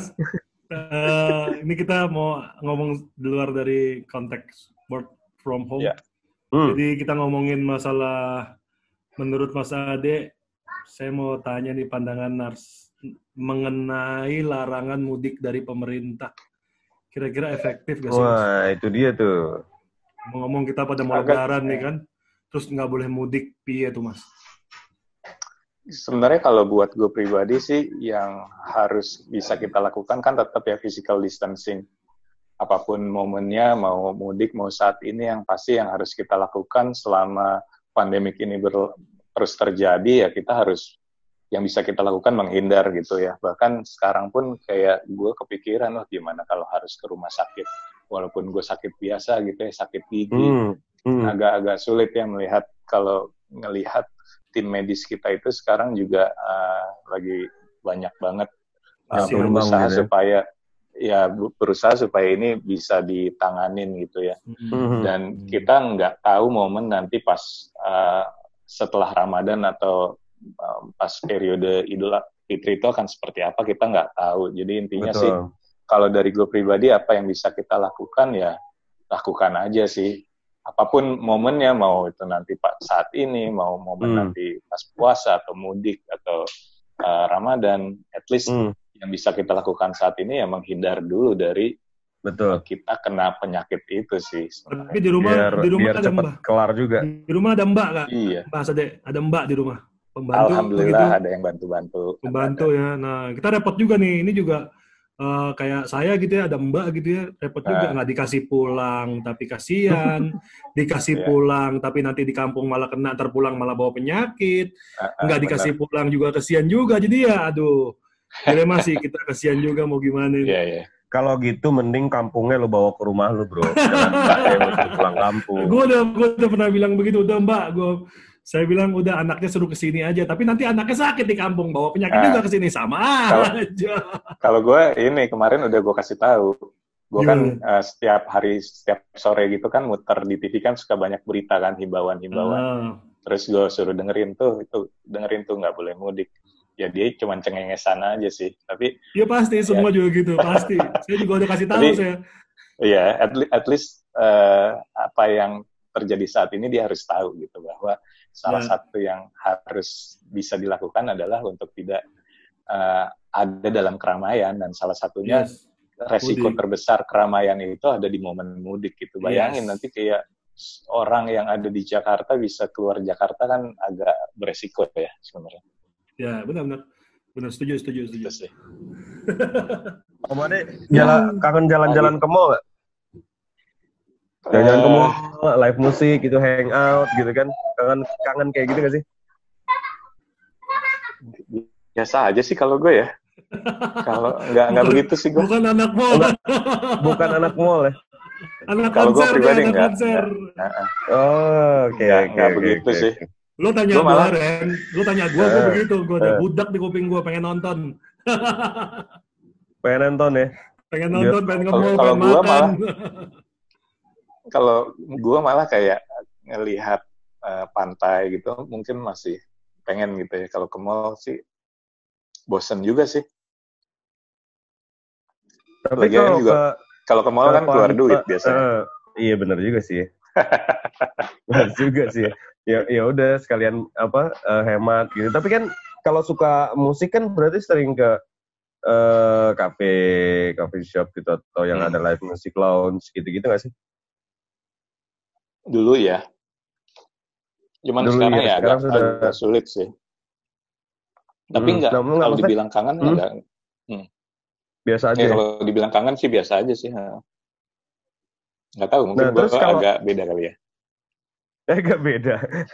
uh, ini kita mau ngomong di luar dari konteks work from home. Yeah. Hmm. Jadi kita ngomongin masalah, menurut Mas Ade, saya mau tanya nih pandangan Nars mengenai larangan mudik dari pemerintah. Kira-kira efektif gak sih? Wah, Mas? Itu dia tuh. Ngomong kita pada mau lebaran nih kan, terus nggak boleh mudik, piye tuh Mas? Sebenarnya kalau buat gue pribadi sih, yang harus bisa kita lakukan kan tetap ya physical distancing. Apapun momennya, mau mudik, mau saat ini, yang pasti yang harus kita lakukan selama pandemik ini ber- terus terjadi, ya kita harus, yang bisa kita lakukan menghindar gitu ya. Bahkan sekarang pun kayak gue kepikiran, loh gimana kalau harus ke rumah sakit. Walaupun gue sakit biasa gitu ya, sakit gigi. Hmm, hmm. Agak-agak sulit ya melihat, kalau ngelihat tim medis kita itu sekarang juga uh, lagi banyak banget uh, berusaha gitu supaya, ya berusaha supaya ini bisa ditanganin gitu ya. Hmm. Dan kita nggak tahu momen nanti pas uh, setelah Ramadan atau Um, pas periode Idul Fitri itu akan seperti apa, kita nggak tahu. Jadi intinya Betul. sih, kalau dari gue pribadi, apa yang bisa kita lakukan ya lakukan aja sih. Apapun momennya, mau itu nanti pak saat ini, mau momen hmm. nanti pas puasa atau mudik atau uh, Ramadan, at least hmm. yang bisa kita lakukan saat ini ya menghindar dulu dari Betul. kita kena penyakit itu sih. Sebenarnya. Tapi di rumah, biar, di rumah biar ada cepat mbak. Kelar juga. Di rumah ada mbak nggak? Iya. Mas Ade, ada mbak di rumah. Pembantu, Alhamdulillah begitu. Ada yang bantu-bantu. Pembantu ya. Nah, kita repot juga nih. Ini juga uh, kayak saya gitu ya, ada mbak gitu ya, repot nah. juga. Nggak dikasih pulang, tapi kasihan. Dikasih yeah. pulang, tapi nanti di kampung malah kena, terpulang malah bawa penyakit. Uh, uh, Nggak dikasih benar. pulang juga kasihan juga. Jadi ya, aduh. Dilema sih, kita kasihan juga mau gimana ini. Yeah, yeah. Kalau gitu mending kampungnya lo bawa ke rumah lo, bro. Jangan kayak pulang kampung. Gue udah, gue udah pernah bilang begitu, udah mbak, gue... Saya bilang udah anaknya suruh kesini aja, tapi nanti anaknya sakit di kampung, bawa penyakit nah, juga kesini sama kalau, aja. Kalau gue ini kemarin udah gue kasih tahu, gue kan uh, setiap hari, setiap sore gitu kan muter di T V kan suka banyak berita kan, himbauan-himbauan. Uh. Terus gue suruh dengerin tuh, itu dengerin tuh nggak boleh mudik. Ya dia cuma cengengesan aja sih, tapi. Iya pasti, ya, semua juga gitu, pasti. Saya juga udah kasih tahu tapi, saya. Iya, at, at least uh, apa yang terjadi saat ini dia harus tahu gitu, bahwa salah yeah. satu yang harus bisa dilakukan adalah untuk tidak uh, ada dalam keramaian, dan salah satunya yes. resiko mudik. Terbesar keramaian itu ada di momen mudik gitu. Bayangin yes. nanti kayak orang yang ada di Jakarta bisa keluar Jakarta kan agak beresiko ya sebenarnya. Ya benar-benar, benar setuju setuju setuju. Sih. Om Ade, jalan kangen jalan-jalan ke mall nggak? Jalan-jalan ke mall, live musik gitu, hangout gitu kan, kangen kangen kayak gitu nggak sih? Biasa aja sih kalau gue ya. Kalau nggak nggak begitu sih gue. Bukan anak mall. Enggak, bukan anak mall ya. Anak Kalau gue konser pribadi dia, anak nggak. konser. nggak, nggak, Oh, oke nggak, oke nggak oke begitu oke. sih. Lo tanya Gua gue, malah- Ren. Lo tanya gue, gue Eh, begitu. Gue ada eh. budak di kuping gue, pengen nonton. Pengen nonton ya? pengen Dia- nonton, pengen Kalau- nge-mall, kalau pengen gua makan. malah- Kalau gue malah kayak ngelihat eh, pantai gitu, mungkin masih pengen gitu ya. Kalau ke mall sih bosen juga sih. Tapi Lagian kalau juga, ke kalau ke mall kan ke keluar pan- duit eh, biasanya. eh, iya benar juga sih. Benar juga sih. Ya ya udah sekalian apa eh, hemat gitu. Tapi kan kalau suka musik kan berarti sering ke eh cafe, coffee shop gitu atau yang Hmm. ada live music lounge gitu-gitu nggak sih? Dulu ya. Cuman Dulu sekarang ya, ya sekarang agak, sudah- agak sulit sih. Tapi Hmm, nggak, namun nggak kalau maksudnya- dibilang kangen Hmm. nggak. Biasa aja. Ya, Ya? kalau dibilang kangen sih biasa aja sih. ha. Nggak tahu, mungkin Nah, gue terus kalau- agak beda kali ya. Eh, gak beda.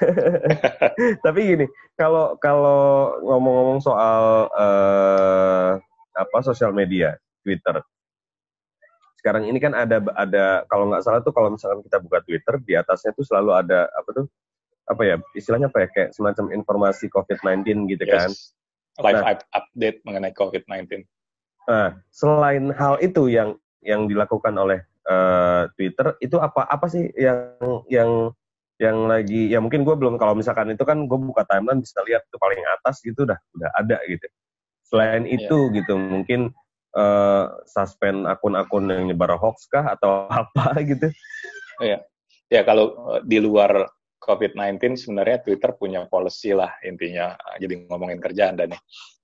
Tapi gini, kalau kalau ngomong-ngomong soal eh, apa sosial media, Twitter. Sekarang ini kan ada ada kalau nggak salah tuh kalau misalkan kita buka Twitter di atasnya tuh selalu ada apa tuh apa ya istilahnya apa ya kayak semacam informasi covid sembilan belas gitu kan. Yes. Live Nah. up- update mengenai covid sembilan belas. Nah, selain hal itu yang yang dilakukan oleh eh, Twitter itu apa apa sih yang yang yang lagi ya mungkin gue belum kalau misalkan itu kan gue buka timeline bisa lihat tuh paling atas gitu udah udah ada gitu. Selain Iya. itu gitu mungkin eh, suspend akun-akun yang nyebar hoax kah atau apa gitu. Ya kalau uh, di luar covid sembilan belas sebenarnya Twitter punya policy lah intinya. Uh, Jadi ngomongin kerjaan dan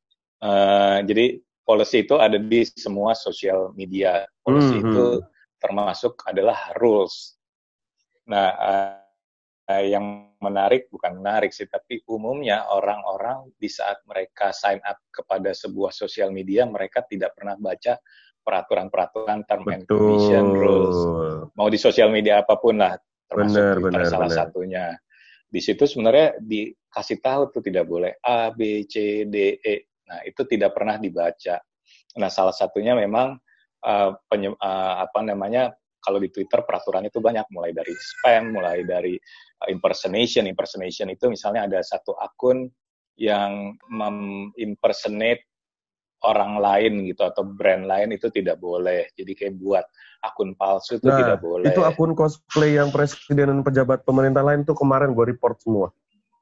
uh, jadi policy itu ada di semua sosial media. Policy Hmm, itu hmm. termasuk adalah rules. Nah, uh, uh, yang menarik bukan menarik sih, tapi umumnya orang-orang di saat mereka sign up kepada sebuah sosial media, mereka tidak pernah baca peraturan-peraturan term and condition rules. Betul. Mau di sosial media apapun lah, termasuk Benar, Twitter benar, salah benar. satunya. Di situ sebenarnya dikasih tahu tuh tidak boleh A, B, C, D, E. Nah, itu tidak pernah dibaca. Nah, salah satunya memang uh, penye- uh, apa namanya kalau di Twitter peraturannya itu banyak, mulai dari spam, mulai dari uh, impersonation. Impersonation itu misalnya ada satu akun yang mem-impersonate orang lain gitu atau brand lain itu tidak boleh. Jadi kayak buat akun palsu itu Nah, tidak boleh. itu akun cosplay yang presiden dan pejabat pemerintah lain tuh kemarin gue report semua.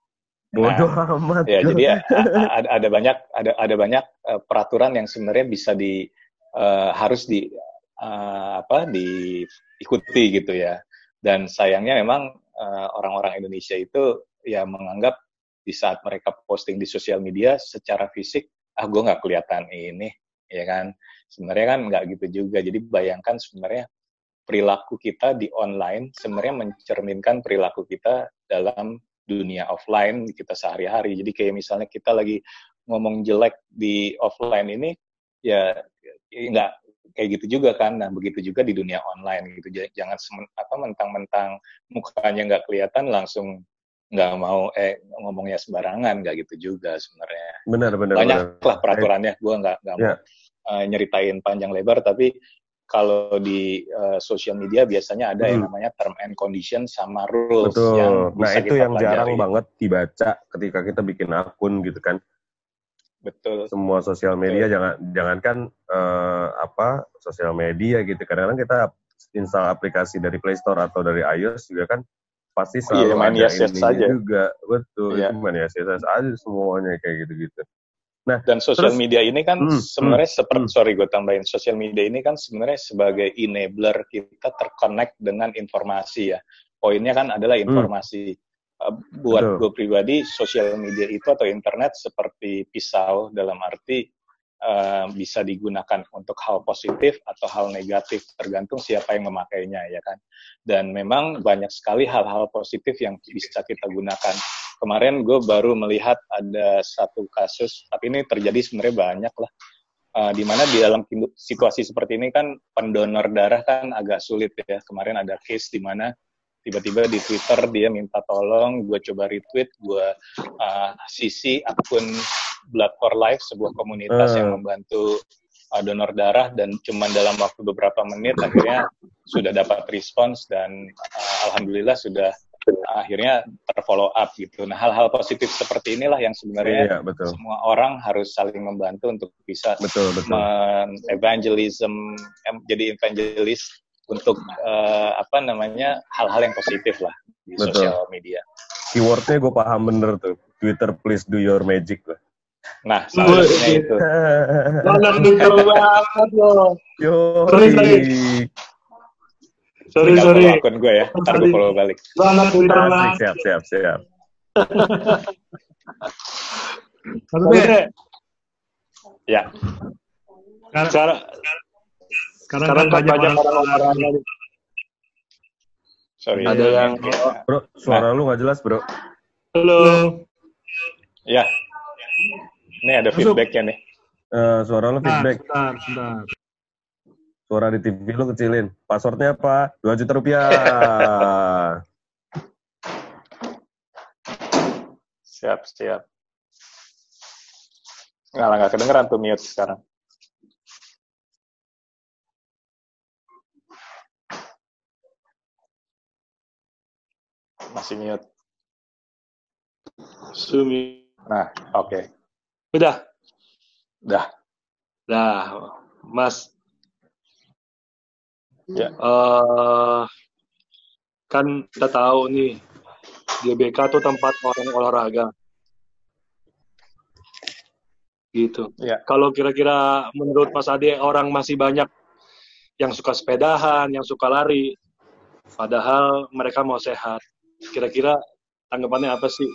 Bodoh amat. Ya, jadi a- a- ada, ada banyak ada ada banyak uh, peraturan yang sebenarnya bisa di uh, harus di uh, apa diikuti gitu ya. Dan sayangnya memang uh, orang-orang Indonesia itu ya menganggap di saat mereka posting di sosial media secara fisik, ah gue nggak kelihatan ini, ya kan? Sebenarnya kan nggak gitu juga. Jadi bayangkan sebenarnya perilaku kita di online sebenarnya mencerminkan perilaku kita dalam dunia offline kita sehari-hari. Jadi kayak misalnya kita lagi ngomong jelek di offline ini, ya nggak kayak gitu juga kan. Nah begitu juga di dunia online gitu. Jangan semen, apa mentang-mentang mukanya nggak kelihatan langsung nggak mau eh ngomongnya sembarangan, nggak gitu juga sebenarnya. Benar, benar, Banyak benar. lah peraturannya. Gue nggak nggak mau Ya. uh, nyeritain panjang lebar, tapi kalau di uh, sosial media biasanya ada yang Hmm. namanya term and condition sama rules Betul. yang Nah, bisa itu kita yang jarang pelajari. banget dibaca ketika kita bikin akun gitu kan. Betul. Semua sosial media jangan jangankan eh, apa sosial media gitu. Kadang-kadang kita install aplikasi dari Play Store atau dari iOS juga kan pasti selalu Iya, main ada yes, yes ininya aja. juga. Betul. Iya. Itu main yes, yes aja semuanya kayak gitu-gitu. Nah, Dan sosial terus- media ini kan Hmm, sebenarnya seperti, hmm. sorry gue tambahin, sosial media ini kan sebenarnya sebagai enabler kita terconnect dengan informasi ya. Poinnya kan adalah informasi. Uh, buat Betul. gue pribadi, sosial media itu atau internet seperti pisau dalam arti uh, bisa digunakan untuk hal positif atau hal negatif, tergantung siapa yang memakainya ya kan. Dan memang banyak sekali hal-hal positif yang bisa kita gunakan. Kemarin gue baru melihat ada satu kasus, tapi ini terjadi sebenarnya banyak lah, uh, di mana di dalam situasi seperti ini kan pendonor darah kan agak sulit ya. Kemarin ada case di mana tiba-tiba di Twitter dia minta tolong, gue coba retweet, gue uh, sisi akun Blood for Life, sebuah komunitas Uh. yang membantu uh, donor darah, dan cuma dalam waktu beberapa menit akhirnya sudah dapat respons, dan uh, alhamdulillah sudah uh, akhirnya terfollow up gitu. Nah, hal-hal positif seperti inilah yang sebenarnya iya, betul. semua orang harus saling membantu untuk bisa betul, betul. evangelism, jadi evangelis untuk uh, apa namanya hal-hal yang positif lah di Betul. sosial media. Keywordnya gue paham bener tuh. Twitter please do your magic lah. Nah, salah satunya itu. Anak Twitter banget loh. Yo. Sorry, sorry. Sorry, sorry. Follow akun gue ya, ntar gue follow balik. Anak Twitter banget. Siap, siap, siap. Maksudnya, ya. Sekarang, sekarang kan banyak orang-orang. Sorry. Ada ya, yang, ya. Bro, suara nah. lu nggak jelas, bro. Halo. Ya. Ini ada feedbacknya nih. Uh, suara lu feedback. Sebentar, sebentar. Suara di T V lu kecilin. Passwordnya apa? dua juta rupiah. Siap, siap. Nggak, nggak kedengeran tuh mute sekarang. Masih mute. Sumi. Nah, oke. Okay. Udah? Udah. Dah, Mas. Ya. Uh, kan kita tahu nih, G B K tuh tempat orang olahraga. Gitu. Ya. Kalau kira-kira menurut Mas Ade, orang masih banyak yang suka sepedahan, yang suka lari, padahal mereka mau sehat. Kira-kira tanggapannya apa sih?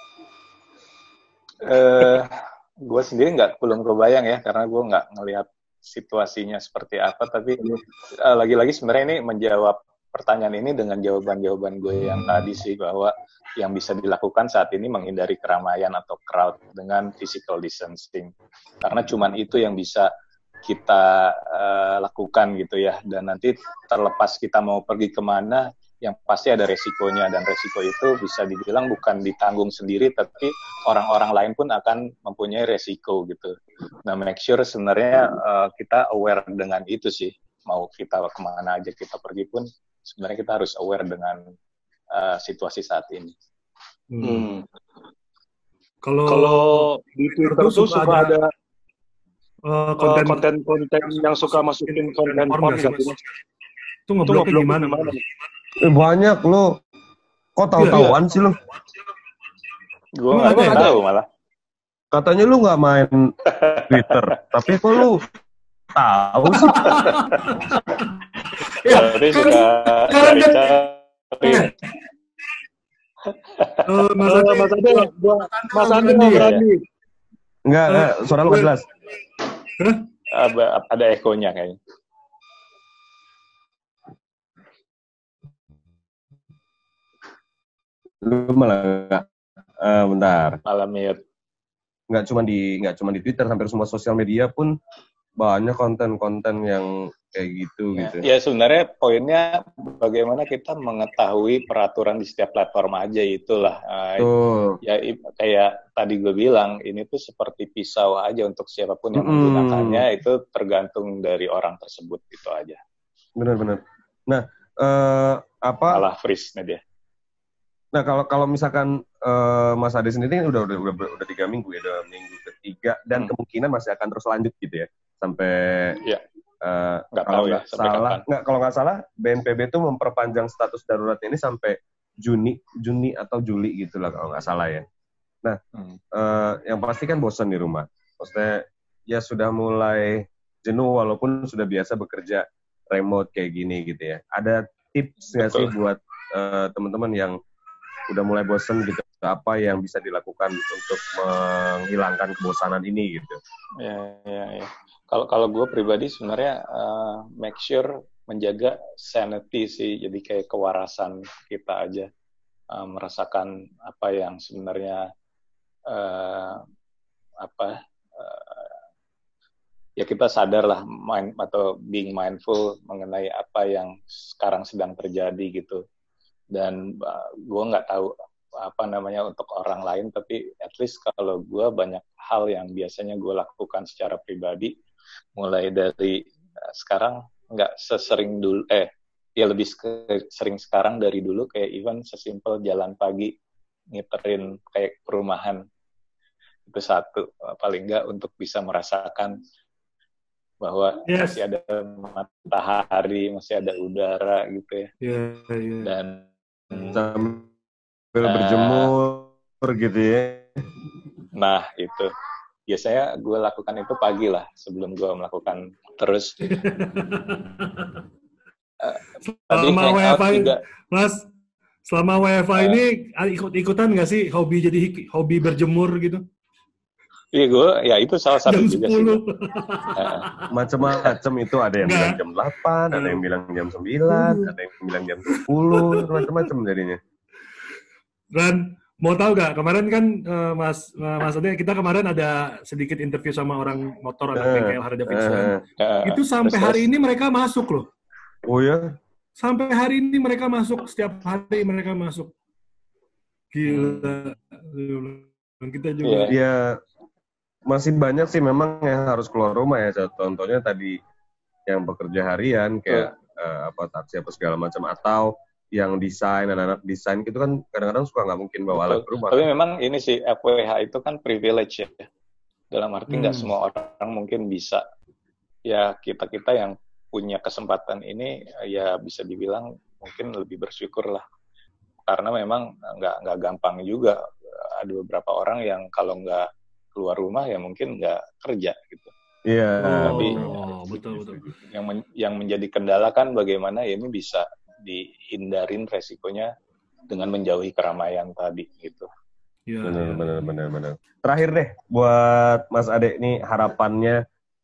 Uh, gue sendiri nggak belum kebayang ya, karena gue nggak ngelihat situasinya seperti apa. Tapi uh, lagi-lagi sebenarnya ini menjawab pertanyaan ini dengan jawaban-jawaban gue yang tadi sih, bahwa yang bisa dilakukan saat ini menghindari keramaian atau crowd dengan physical distancing. Karena cuman itu yang bisa kita uh, lakukan gitu ya. Dan nanti terlepas kita mau pergi kemana, yang pasti ada resikonya, dan resiko itu bisa dibilang bukan ditanggung sendiri, tapi orang-orang lain pun akan mempunyai resiko gitu. Nah, make sure sebenarnya uh, kita aware dengan itu sih. Mau kita kemana aja kita pergi pun, sebenarnya kita harus aware dengan uh, situasi saat ini. Hmm. Kalau kalau di Twitter tuh suka ada konten-konten uh, yang suka masukin konten porn nggak sih? Itu ngebloknya gimana? gimana? Eh, banyak lo. Kok tahu-tahuan sih lo? Gue nggak tahu malah. Katanya lu nggak main Twitter, tapi kok lu tahu sih? Ya, berarti suka cari-cari. Mas Ade, Mas Ade, Mas Ade mau berani. Enggak, enggak, suara lu nggak jelas. Ada, ada ekonya kayaknya. Lu malah enggak, uh, bentar. Malah mute. Nggak cuma di nggak cuma di Twitter, hampir semua sosial media pun banyak konten-konten yang kayak gitu ya, gitu. Ya sebenarnya poinnya bagaimana kita mengetahui peraturan di setiap platform aja, itulah. Uh, ya kayak tadi gue bilang, ini tuh seperti pisau aja untuk siapapun yang hmm. menggunakannya, itu tergantung dari orang tersebut, itu aja. Benar-benar. Nah, uh, apa? Malah freeze nih dia. Nah, kalau kalau misalkan uh, Mas Ade sendiri kan udah udah udah udah tiga minggu ya, udah minggu ketiga, dan hmm. kemungkinan masih akan terus lanjut gitu ya sampai ya. uh, nggak kalau tahu nggak ya, salah nggak kalau nggak salah B N P B itu memperpanjang status darurat ini sampai Juni Juni atau Juli gitulah kalau nggak salah ya. Nah, hmm. uh, yang pasti kan bosan di rumah. Maksudnya ya sudah mulai jenuh walaupun sudah biasa bekerja remote kayak gini gitu ya. Ada tips nggak sih buat uh, teman-teman yang udah mulai bosen gitu, apa yang bisa dilakukan untuk menghilangkan kebosanan ini gitu? Ya, ya, ya. Kalau kalau gue pribadi sebenarnya uh, make sure menjaga sanity sih, jadi kayak kewarasan kita aja, uh, merasakan apa yang sebenarnya uh, apa uh, ya kita sadar lah, mind, atau being mindful mengenai apa yang sekarang sedang terjadi gitu. Dan uh, gue nggak tahu apa namanya untuk orang lain, tapi at least kalau gue banyak hal yang biasanya gue lakukan secara pribadi, mulai dari uh, sekarang nggak sesering dulu, eh ya lebih ke, sering sekarang dari dulu, kayak even sesimpel jalan pagi ngiterin kayak perumahan, itu satu, paling nggak untuk bisa merasakan bahwa yes. masih ada matahari, masih ada udara gitu ya. Yeah, yeah. Dan sambil uh, berjemur gitu ya. Nah, itu. Biasanya gue lakukan itu pagi lah, sebelum gue melakukan terus. uh, selama W F H juga. Mas, selama W F H uh, ini ikut-ikutan nggak sih hobi jadi hobi berjemur gitu? Iya, gue, ya itu salah satu jam juga sepuluh. Sih. Uh, Macam-macam itu, ada yang Nggak. bilang jam delapan, ada yang bilang jam sembilan, uh. ada yang bilang jam sepuluh, macam-macam jadinya. Dan mau tahu gak, kemarin kan uh, Mas Mas Ade, kita kemarin ada sedikit interview sama orang motor, anak uh, bengkel Harley Davidson. Uh, uh, itu sampai terus, hari ini mereka masuk loh. Oh ya? Sampai hari ini mereka masuk, setiap hari mereka masuk. Gila. Dan kita juga. Yeah. Ya, masih banyak sih memang yang harus keluar rumah ya. Contohnya tadi yang bekerja harian kayak uh, apa taksi apa segala macam, atau yang desain, anak-anak desain gitu kan kadang-kadang suka nggak mungkin bawa alat ke rumah. Tapi kan? Memang ini sih F W H itu kan privilege ya. Dalam arti nggak hmm. semua orang mungkin bisa. Ya kita-kita yang punya kesempatan ini ya bisa dibilang mungkin lebih bersyukur lah. Karena memang nggak nggak gampang juga. Ada beberapa orang yang kalau nggak keluar rumah ya mungkin nggak kerja gitu. Iya. Yeah. Tapi oh, betul betul. Yang men, yang menjadi kendala kan bagaimana ya ini bisa dihindarin resikonya dengan menjauhi keramaian tadi gitu. Yeah. Benar benar benar benar. Terakhir deh buat Mas Ade nih harapannya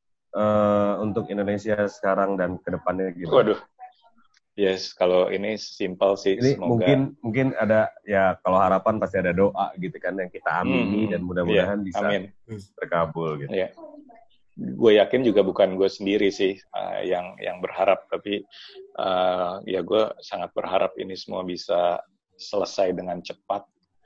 uh, untuk Indonesia sekarang dan kedepannya gitu. Waduh. Yes, kalau ini simpel sih. Ini semoga mungkin mungkin ada ya, kalau harapan pasti ada doa gitu kan yang kita amini hmm, dan mudah-mudahan yeah, bisa amin. terkabul gitu. Yeah. Gue yakin juga bukan gue sendiri sih uh, yang yang berharap, tapi uh, ya gue sangat berharap ini semua bisa selesai dengan cepat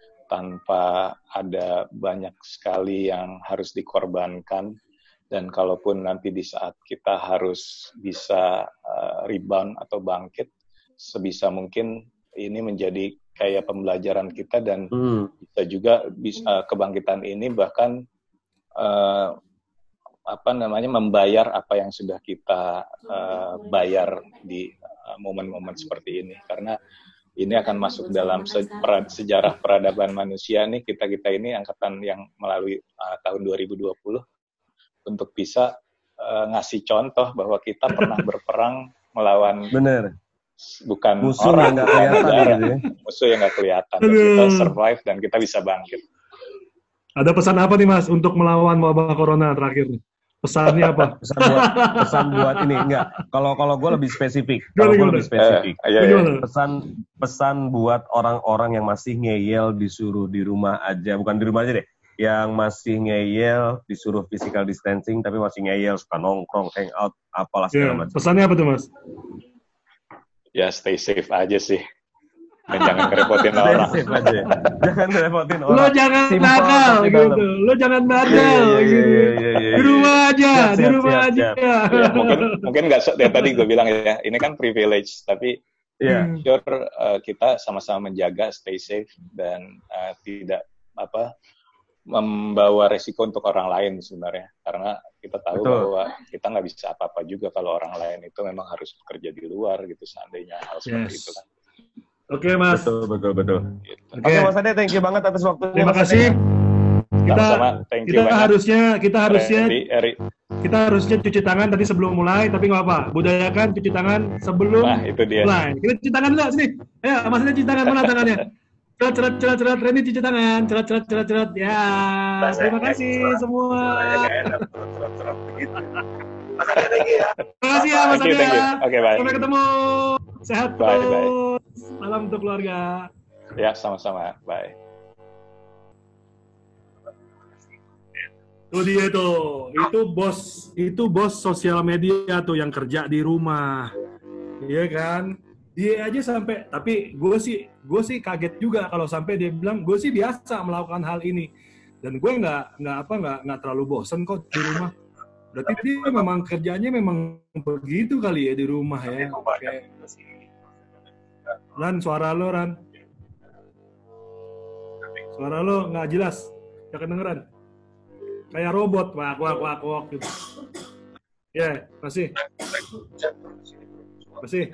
tanpa ada banyak sekali yang harus dikorbankan. Dan kalaupun nanti di saat kita harus bisa uh, rebound atau bangkit, sebisa mungkin ini menjadi kayak pembelajaran kita, dan hmm. bisa juga bisa uh, kebangkitan ini bahkan uh, apa namanya membayar apa yang sudah kita uh, bayar di uh, momen-momen seperti ini. Karena ini akan masuk dalam se- sejarah peradaban manusia nih, kita-kita ini angkatan yang melalui uh, tahun dua ribu dua puluh untuk bisa uh, ngasih contoh bahwa kita pernah berperang melawan Bener. bukan musuh orang, yang nggak kelihatan, gitu ya. musuh yang nggak kelihatan. Dan kita survive dan kita bisa bangkit. Ada pesan apa nih Mas untuk melawan wabah corona terakhir? Pesannya apa? pesan buat pesan buat ini enggak. Kalau kalau gue lebih spesifik. Kalau gue lebih spesifik. Eh, iya, iya. Pesan pesan buat orang-orang yang masih ngeyel disuruh di rumah aja, bukan di rumah aja deh. Yang masih ngeyel disuruh physical distancing tapi masih ngeyel suka nongkrong, hangout, apalah segala yeah. macam. Pesannya apa tuh Mas? Ya stay safe aja sih. Dan jangan ngerepotin orang. Stay safe aja. Jangan ngerepotin orang. Lo jangan nakal gitu. Lo jangan nakal gitu. Di rumah aja, siap, di rumah siap, aja. Siap. Ya, mungkin mungkin nggak ya tadi gue bilang ya. Ini kan privilege, tapi yeah. sure uh, kita sama-sama menjaga stay safe dan uh, tidak apa membawa resiko untuk orang lain sebenarnya, karena kita tahu Betul. bahwa kita nggak bisa apa-apa juga kalau orang lain itu memang harus bekerja di luar gitu seandainya hal seperti yes. itu kan. Oke okay, Mas. Betul betul betul. Gitu. Oke okay, Mas Ade, thank you banget atas waktunya. Terima kasih. Kita thank you kita banyak. harusnya kita harusnya Eri, Eri. kita harusnya cuci tangan tadi sebelum mulai, tapi nggak apa, budayakan cuci tangan sebelum nah, itu dia. mulai. Kita cuci tangan dulu sini. Ayo Mas Ade cuci tangan, mana tangannya? Cerat, cerat, cerat, cerat, Reni cuci tangan, cerat, cerat, cerat, cerat, ya, terima kasih semua. Terima kasih ya Mas Ade. Oke, bye. Sampai ketemu, sehat bye, terus, bye. salam untuk keluarga. Ya, sama-sama, bye. Tuh dia tuh, itu bos, itu bos sosial media tuh yang kerja di rumah, iya kan? dia aja sampai, tapi gue sih gue sih kaget juga kalau sampai dia bilang gue sih biasa melakukan hal ini dan gue nggak nggak apa nggak nggak terlalu bosen kok di rumah. Berarti dia memang kerjanya memang begitu kali ya di rumah ya. Kayak Ran, suara lo Ran, suara lo nggak jelas, nggak kedengeran, kayak robot, wak wak wak wak gitu. Ya, yeah, masih, masih,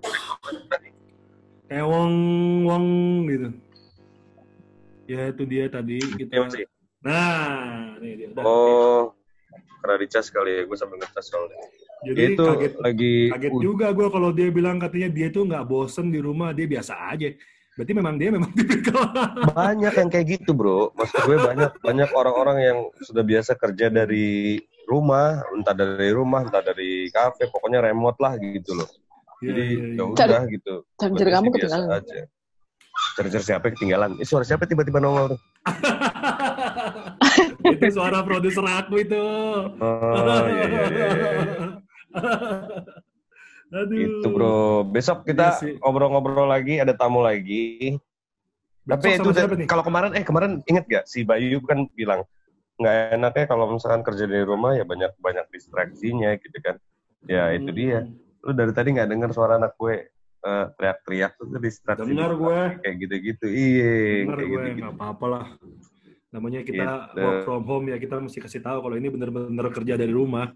kayak wong wong gitu. Ya itu dia tadi kita. Ya, masih. Nah, ini dia. Udah. Oh, karena dicas kali ya, gue sambil ngecas soalnya. Jadi itu kaget, lagi kaget juga gue kalau dia bilang katanya dia tuh nggak bosen di rumah, dia biasa aja. Berarti memang dia memang tipikal. Banyak yang kayak gitu bro, maksud gue banyak banyak orang-orang yang sudah biasa kerja dari rumah, entah dari rumah, entah dari kafe, pokoknya remote lah gitu loh. Ya, jadi ya, ya. ya udah gitu. Charger kamu ketinggalan. Aja. Charger siapa ketinggalan? Eh, suara siapa tiba-tiba nongol tuh? Itu suara produser aku itu. Oh iya iya iya. Aduh. Itu bro, besok kita iya ngobrol-ngobrol lagi, ada tamu lagi. Besok tapi itu kalau kemarin, eh kemarin inget gak si Bayu kan bilang nggak enaknya kalau misalkan kerja dari rumah ya banyak banyak distraksinya gitu kan. Ya itu hmm. dia. Lu dari tadi nggak dengar suara anak gue uh, teriak-teriak tuh distraksi. Dengar gue. Kayak gitu-gitu. Iya. Dengar gue gitu, nggak apa-apa lah. Namanya kita gitu. Work from home ya, kita mesti kasih tahu kalau ini bener-bener kerja dari rumah.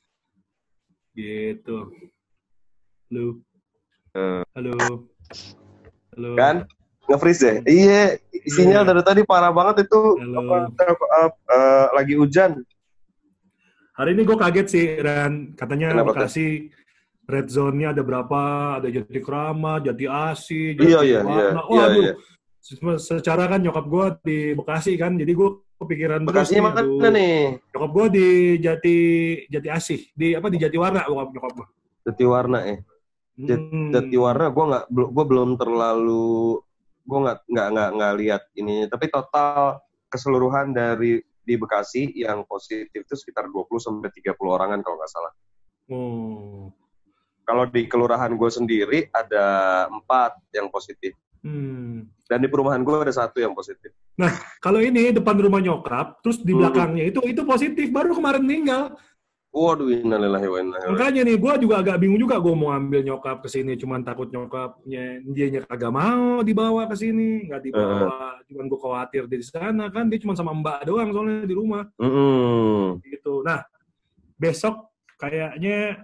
Gitu. Halo. Uh. Halo. Halo. Kan? Nge-freeze ya? Iya, sinyal yeah. dari tadi parah banget itu. Apa, uh, uh, lagi hujan. Hari ini gue kaget sih, Ran. Katanya Kenapa Bekasi kan? Red zone-nya ada berapa? Ada Jati Kramat, Jati Asih, Jati iya, iya, Warna. Iya, oh, iya, aduh. Iya. Secara kan nyokap gue di Bekasi kan, jadi gue kepikiran Bekasinya terus mana nih? Nyokap gue di Jati Jati Asih, di apa di Jati Warna nyokap gue. Jati Warna ya. Jati, hmm. Jati Warna gue nggak, gue belum terlalu, gue nggak nggak nggak nggak lihat ini. Tapi total keseluruhan dari di Bekasi yang positif itu sekitar dua puluh sampai tiga puluh orangan kalau nggak salah. Hmm. Kalau di kelurahan gue sendiri ada empat yang positif. Hmm. Dan di perumahan gue ada satu yang positif. Nah, kalau ini depan rumah nyokap, terus di belakangnya hmm. itu itu positif, baru kemarin meninggal. Waduh, innalillahi wa inna ilaihi. Makanya nih, gue juga agak bingung juga, gue mau ambil nyokap ke sini, cuman takut nyokapnya dianya kagak mau dibawa ke sini, nggak dibawa, uh. cuman gue khawatir di sana kan, dia cuma sama mbak doang soalnya di rumah. Uh-uh. Gitu. Nah, besok kayaknya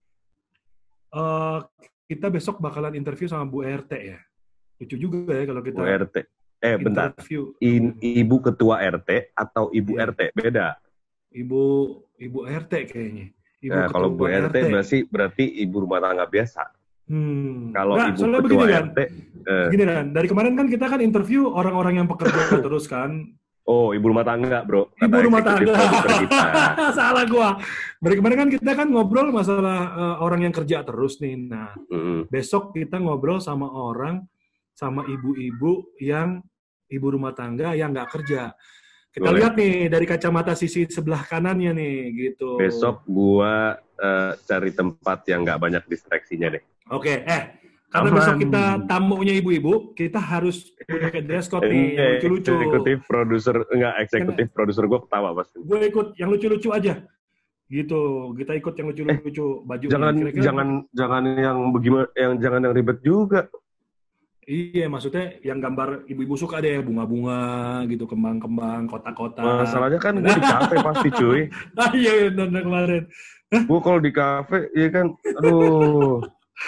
uh, kita besok bakalan interview sama Bu R T ya. Lucu juga ya kalau kita Bu R T. Eh bentar, In, Ibu Ketua R T atau Ibu yeah. R T? Beda. Ibu Ibu R T kayaknya. Ibu nah, kalau Bu R T, R T berarti berarti ibu rumah tangga biasa. Hmm. Kalau nah, Ibu Ketua begini, kan? R T, eh. Gini kan, dari kemarin kan kita kan interview orang-orang yang pekerja terus kan. Oh, ibu rumah tangga, bro. Ibu Kata rumah tangga. Salah gua. Dari kemarin kan kita kan ngobrol masalah uh, orang yang kerja terus nih. Nah, mm. besok kita ngobrol sama orang sama ibu-ibu yang ibu rumah tangga yang nggak kerja. Kita Boleh. lihat nih dari kacamata sisi sebelah kanannya nih, gitu. Besok gua uh, cari tempat yang nggak banyak distraksinya deh. Oke, okay. eh karena Aman. besok kita tamunya ibu-ibu, kita harus pakai dress code nih, yang lucu-lucu. Eksekutif produser enggak eksekutif produser gua ketawa pasti. Gue ikut yang lucu-lucu aja. Gitu, kita ikut yang lucu-lucu eh, baju. Jangan kira-kira. jangan jangan yang bagaimana yang jangan yang ribet juga. Iya, maksudnya yang gambar ibu-ibu suka deh, bunga-bunga gitu, kembang-kembang, kotak-kotak. Masalahnya kan gue di kafe pasti cuy. Ah iya, benar kemarin. Gue kalau di kafe, iya kan, aduh.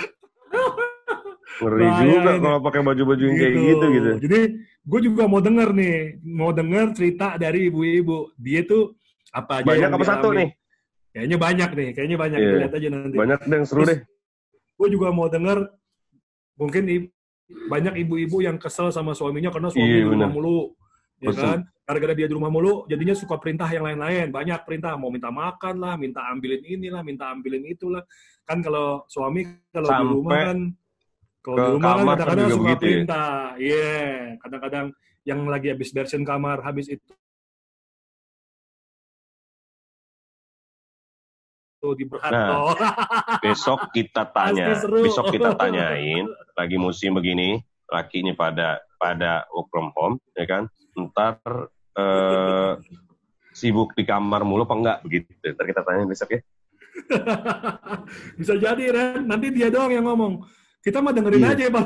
Ngeri nah, juga ya, kalau pakai baju-baju yang gitu. Kayak gitu gitu. Jadi gue juga mau denger nih, mau denger cerita dari ibu-ibu. Dia tuh apa aja banyak yang apa satu nih? Kayaknya banyak nih, kayaknya banyak. Yeah. Lihat aja nanti. Banyak deh, seru deh. Gue juga mau denger, mungkin ibu banyak ibu-ibu yang kesel sama suaminya karena suami iya, di rumah bener. mulu, ya Betul. kan? Gara-gara dia di rumah mulu, jadinya suka perintah yang lain-lain. Banyak perintah, mau minta makan lah, minta ambilin inilah, minta ambilin itulah. Kan kalau suami kalau di rumah kan, kalau di rumah kan kadang-kadang suka begitu, perintah. Iya, ya? yeah. kadang-kadang yang lagi habis bersihin kamar, habis itu tuh di Berhat. Nah, besok kita tanya, Pasti seru. besok kita tanyain, lagi musim begini, lakinya pada pada work from home, ya kan? Ntar eh, sibuk di kamar mulu apa enggak begitu? Ntar kita tanya besok ya. Bisa jadi, Ren. Nanti dia doang yang ngomong. Kita mah dengerin Iya. aja ya, Bang.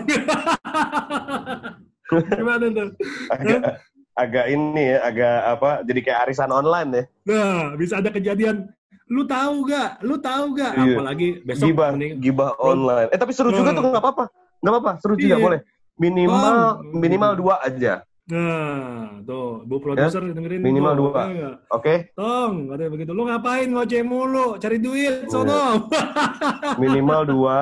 Gimana tuh? Agak, agak ini ya, agak apa? Jadi kayak arisan online ya. Nah, bisa ada kejadian. Lu tahu gak? Lu tahu gak? Iya. Apalagi besok Gibah, mending- gibah online. Eh tapi seru juga Nah. tuh, nggak apa-apa, nggak apa-apa, seru juga Iya. boleh. Minimal Bang. minimal dua aja, Nah, tuh, Bu produser dengerin minimal tuh. dua. Ya nggak? oke? Tong, katanya begitu. Lu ngapain ngoceh mulu? Cari duit, sono. Minimal dua.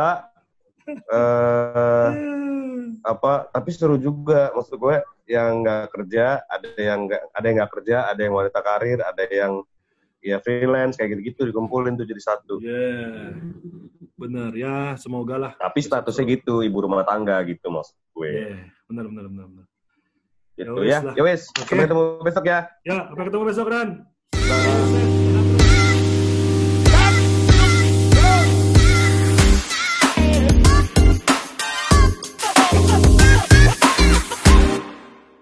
eh apa? Tapi seru juga, maksud gue yang nggak kerja, ada yang nggak, ada yang nggak kerja, ada yang wanita karir, ada yang ya freelance kayak gitu-gitu dikumpulin tuh jadi satu. Iya, bener ya. Semoga lah. Tapi statusnya gitu, ibu rumah tangga gitu maksud gue. Iya, bener, bener, bener, bener. Gitu Ya wes ya. lah. Ya wes, Oke. sampai ketemu besok ya. Ya, sampai ketemu besok, Ran. Bye.